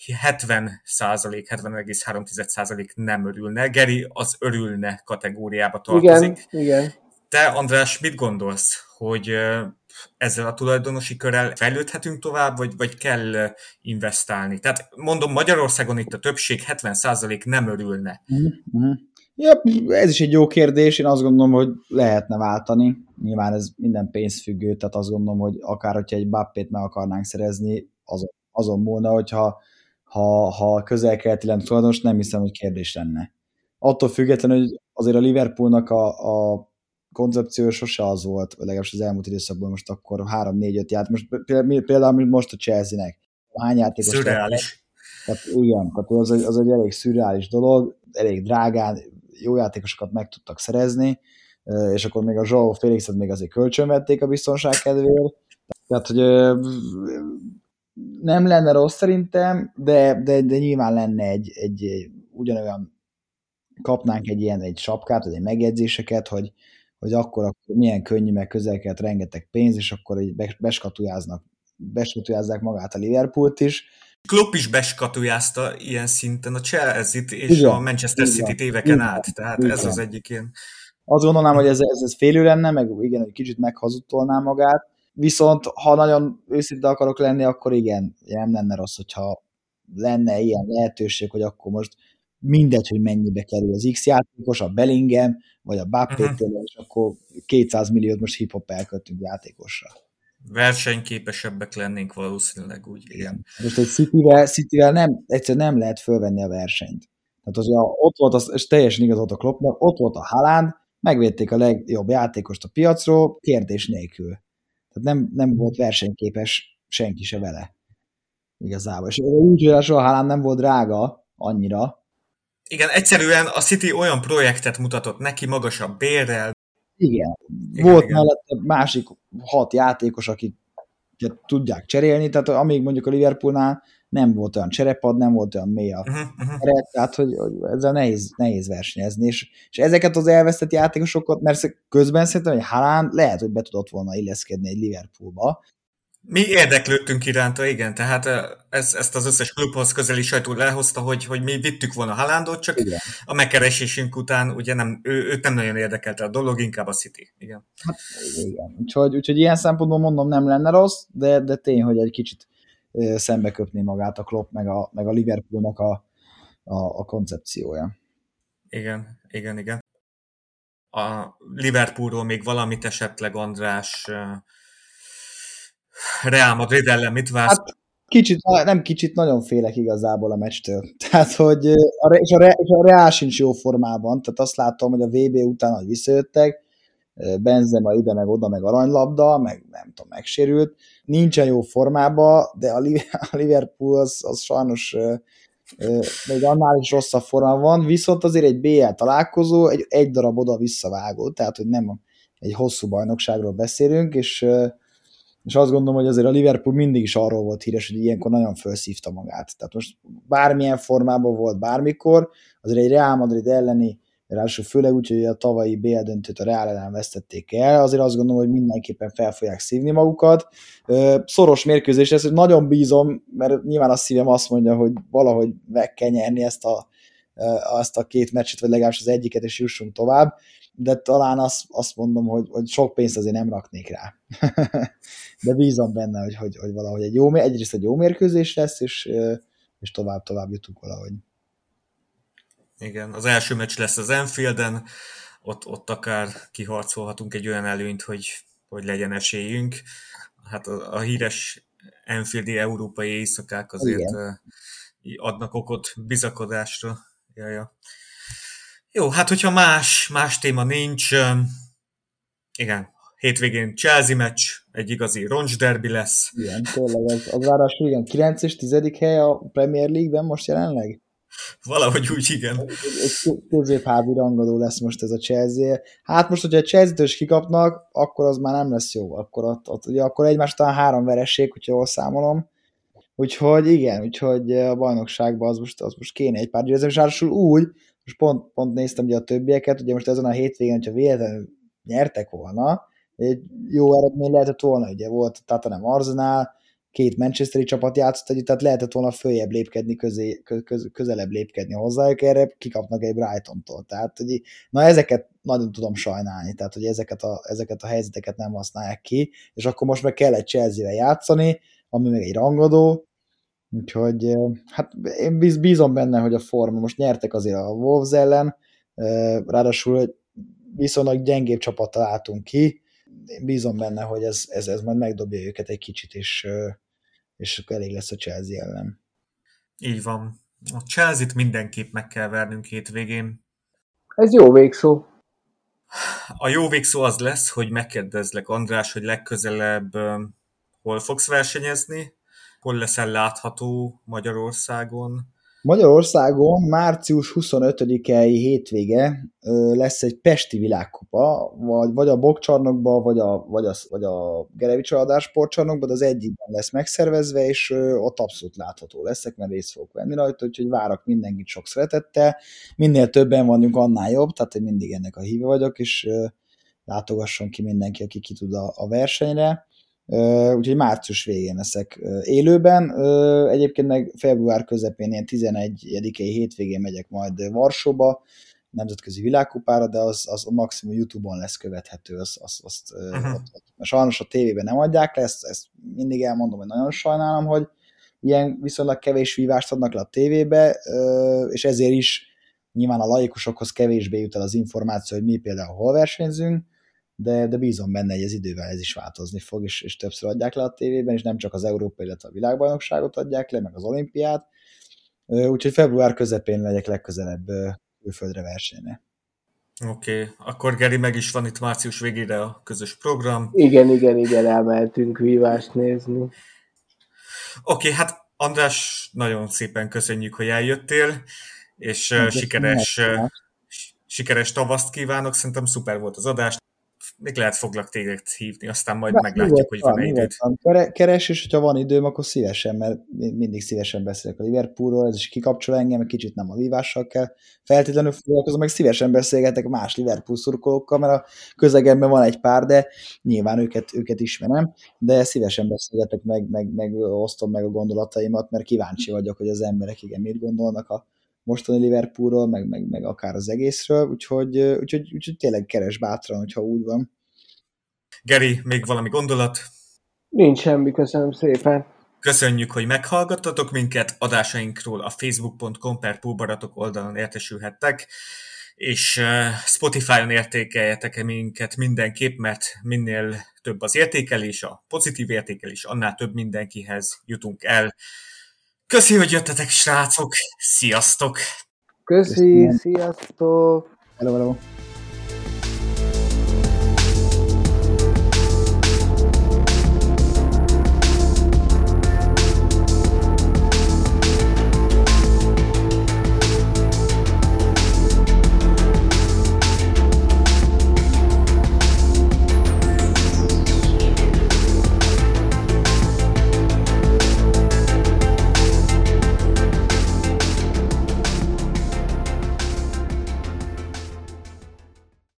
70,3% nem örülne. Geri az örülne kategóriába tartozik. Igen. Te, András, mit gondolsz, hogy ezzel a tulajdonosi körrel fejlődhetünk tovább, vagy kell investálni? Tehát mondom, Magyarországon itt a többség 70% nem örülne. Ja, ez is egy jó kérdés, én azt gondolom, hogy lehetne váltani. Nyilván ez minden pénzfüggő, tehát azt gondolom, hogy akár hogyha egy Mbappét meg akarnánk szerezni, azon múlna, hogyha ha közel-keleti lenne tulajdonos, nem hiszem, hogy kérdés lenne. Attól függetlenül, hogy azért a Liverpoolnak a koncepció sose az volt, legalábbis az elmúlt időszakban most akkor 3-4-5 játék. Most például most a Chelsea-nek. Hány játékos? Szürreális. Tehát igen, tehát az egy elég szürreális dolog, elég drágán, jó játékosokat meg tudtak szerezni, és akkor még a João Félixet még azért kölcsönvették a biztonság kedvéért. Tehát, hogy nem lenne rossz szerintem, de nyilván lenne egy ugyanolyan, kapnánk egy sapkát, vagy egy megjegyzéseket, hogy akkor milyen könnyű, meg közel-kelet rengeteg pénz, és akkor így beskatujázzák magát a Liverpoolt is. Klopp is beskatujázta ilyen szinten a Chelsea-t és igen, a Manchester City-t éveken át, tehát igen. Ez az egyik ilyen. Azt gondolnám, hogy ez félő lenne, meg igen, hogy kicsit meghazudtolná magát, viszont ha nagyon őszinte akarok lenni, akkor igen, nem lenne rossz, hogyha lenne ilyen lehetőség, hogy akkor most mindegy, hogy mennyibe kerül az X játékos, a Bellingham, vagy a Mbappé, és akkor 200 milliót most hip-hop elköltünk játékosra. Versenyképesebbek lennénk valószínűleg úgy, igen. Most egy Cityvel egyszerűen nem lehet fölvenni a versenyt. Tehát az, ott volt, és teljesen igaz volt a Kloppnak, ott volt a Haaland, megvédték a legjobb játékost a piacról, kérdés nélkül. Tehát nem volt versenyképes senki se vele. Igazából. És úgy, hogy a Haaland nem volt drága annyira. Igen, egyszerűen a City olyan projektet mutatott neki magasabb bérrel. Igen. Volt mellette másik 6 játékos, akik tudják cserélni, tehát amíg mondjuk a Liverpoolnál nem volt olyan cserepad, nem volt olyan mély a keret, tehát hogy ezzel nehéz versenyezni, és ezeket az elvesztett játékosokat, mert közben szerintem, hogy Haaland lehet, hogy be tudott volna illeszkedni egy Liverpoolba. Mi érdeklődtünk iránta, igen, tehát ezt az összes klubhoz közeli sajtó lehozta, hogy mi vittük volna Haalandot, csak igen. A megkeresésünk után ugye őt nem nagyon érdekelte a dolog, inkább a City, igen. Hát, igen. Úgyhogy ilyen szempontból mondom, nem lenne rossz, de tény, hogy egy kicsit szembe köpné magát a Klopp, meg a Liverpoolnak a koncepciója. Igen. A Liverpoolról még valamit esetleg, András, Real Madrid ellen mit vársz? Hát nem kicsit, nagyon félek igazából a meccstől. Tehát, hogy és a Real sincs jó formában, tehát azt látom, hogy a VB után, hogy visszajöttek, Benzema ide, meg oda, meg aranylabda, meg nem tudom, megsérült. Nincsen jó formában, de a Liverpool az sajnos még annál is rosszabb formában van, viszont azért egy BL találkozó, egy darab oda-vissza vágó, tehát hogy nem egy hosszú bajnokságról beszélünk, és azt gondolom, hogy azért a Liverpool mindig is arról volt híres, hogy ilyenkor nagyon felszívta magát. Tehát most bármilyen formában volt bármikor, azért egy Real Madrid elleni, ráadásul főleg úgy, hogy a tavalyi BL döntőt a Real ellen vesztették el, azért azt gondolom, hogy mindenképpen fel fogják szívni magukat. Szoros mérkőzés ez, hogy nagyon bízom, mert nyilván a szívem azt mondja, hogy valahogy meg kell nyerni ezt a két meccset, vagy legalábbis az egyiket, és jussunk tovább, de talán azt mondom, hogy sok pénzt azért nem raknék rá. De bízom benne, hogy valahogy egyrészt egy jó mérkőzés lesz, és tovább jutunk valahogy. Igen, az első meccs lesz az Anfielden, ott akár kiharcolhatunk egy olyan előnyt, hogy legyen esélyünk. Hát a híres Anfieldi európai éjszakák azért adnak okot bizakodásra. Ja. Jó, hát hogyha más téma nincs, igen, hétvégén Chelsea meccs, egy igazi roncsderbi lesz. Igen, tényleg, az ráadásul igen, 9 és 10. hely a Premier League-ben most jelenleg? Valahogy úgy, igen. Egy középházi rangadó lesz most ez a Chelsea. Hát most, hogyha a Chelsea-től is kikapnak, akkor az már nem lesz jó. Akkor egymás után 3 veresség, hogyha jól számolom. Úgyhogy igen, a bajnokságban az most kéne egy pár győzelem, és ráadásul úgy, most pont néztem ugye a többieket, ugye most ezen a hétvégén, hogyha véletlenül nyertek volna, egy jó eredmény lehetett volna, ugye volt a Tottenham Arsenal, 2 manchesteri csapat játszott együtt, tehát lehetett volna följebb lépkedni, közelebb lépkedni hozzájuk, erre kikapnak egy Brightontól. Tehát, hogy na ezeket nagyon tudom sajnálni, tehát, hogy ezeket a helyzeteket nem használják ki, és akkor most meg kell egy Chelsea-vel játszani, ami meg egy rangadó, úgyhogy hát én bízom benne, hogy a forma, most nyertek azért a Wolves ellen, ráadásul viszonylag gyengébb csapattal álltunk ki, én bízom benne, hogy ez majd megdobja őket egy kicsit, és elég lesz a Chelsea ellen. Így van. A Chelsea-t mindenképp meg kell vernünk hétvégén. Ez jó végszó. A jó végszó az lesz, hogy megkérdezlek, András, hogy legközelebb hol fogsz versenyezni, hol leszel látható Magyarországon. Magyarországon március 25-i hétvége lesz egy pesti világkupa, vagy a Bokcsarnokban, vagy a Gerevi Csaladás sportcsarnokban, de az egyikben lesz megszervezve, és ott abszolút látható leszek, mert részt fogok venni rajta, úgyhogy várok mindenkit sok szeretettel. Minél többen vagyunk, annál jobb, tehát én mindig ennek a híve vagyok, és látogasson ki mindenki, aki ki tud a versenyre. Úgyhogy március végén leszek élőben. Egyébként meg február közepén, ilyen 11-i hétvégén megyek majd Varsóba, nemzetközi világkupára, de az maximum YouTube-on lesz követhető. Sajnos a tévében nem adják le, ezt mindig elmondom, hogy nagyon sajnálom, hogy ilyen viszonylag kevés vívást adnak le a tévébe, és ezért is nyilván a laikusokhoz kevésbé jut el az információ, hogy mi például hol versenyzünk, de bízom benne, hogy ez idővel ez is változni fog, és többször adják le a tévében, és nem csak az Európa, illetve a világbajnokságot adják le, meg az olimpiát. Úgyhogy február közepén legyek legközelebb külföldre versenyre. Oké, akkor Geri, meg is van itt március végére a közös program. Igen, elmehetünk vívást nézni. Oké, hát András, nagyon szépen köszönjük, hogy eljöttél, és sikeres tavaszt kívánok, szerintem szuper volt az adás. Még lehet foglak téged hívni, aztán majd meglátjuk, hogy van-e időt. Keres, és hogyha van időm, akkor szívesen, mert mindig szívesen beszélek a Liverpoolról, ez is kikapcsol engem, egy kicsit nem a vívással kell feltétlenül foglalkozom, meg szívesen beszélgetek más Liverpool szurkolókkal, mert a közegemben van egy pár, de nyilván őket ismerem, de szívesen beszélgetek, meg osztom meg a gondolataimat, mert kíváncsi vagyok, hogy az emberek igen mit gondolnak a mostani Liverpoolról, meg akár az egészről, úgyhogy tényleg keres bátran, hogyha úgy van. Geri, még valami gondolat? Nincs semmi, köszönöm szépen. Köszönjük, hogy meghallgattatok minket, adásainkról a facebook.com/Poolbaratok oldalon értesülhettek, és Spotify-on értékeljetek minket mindenképp, mert minél több az értékelés, a pozitív értékelés, annál több mindenkihez jutunk el. Köszi, hogy jöttetek, srácok! Sziasztok! Köszi, sziasztok! Hello.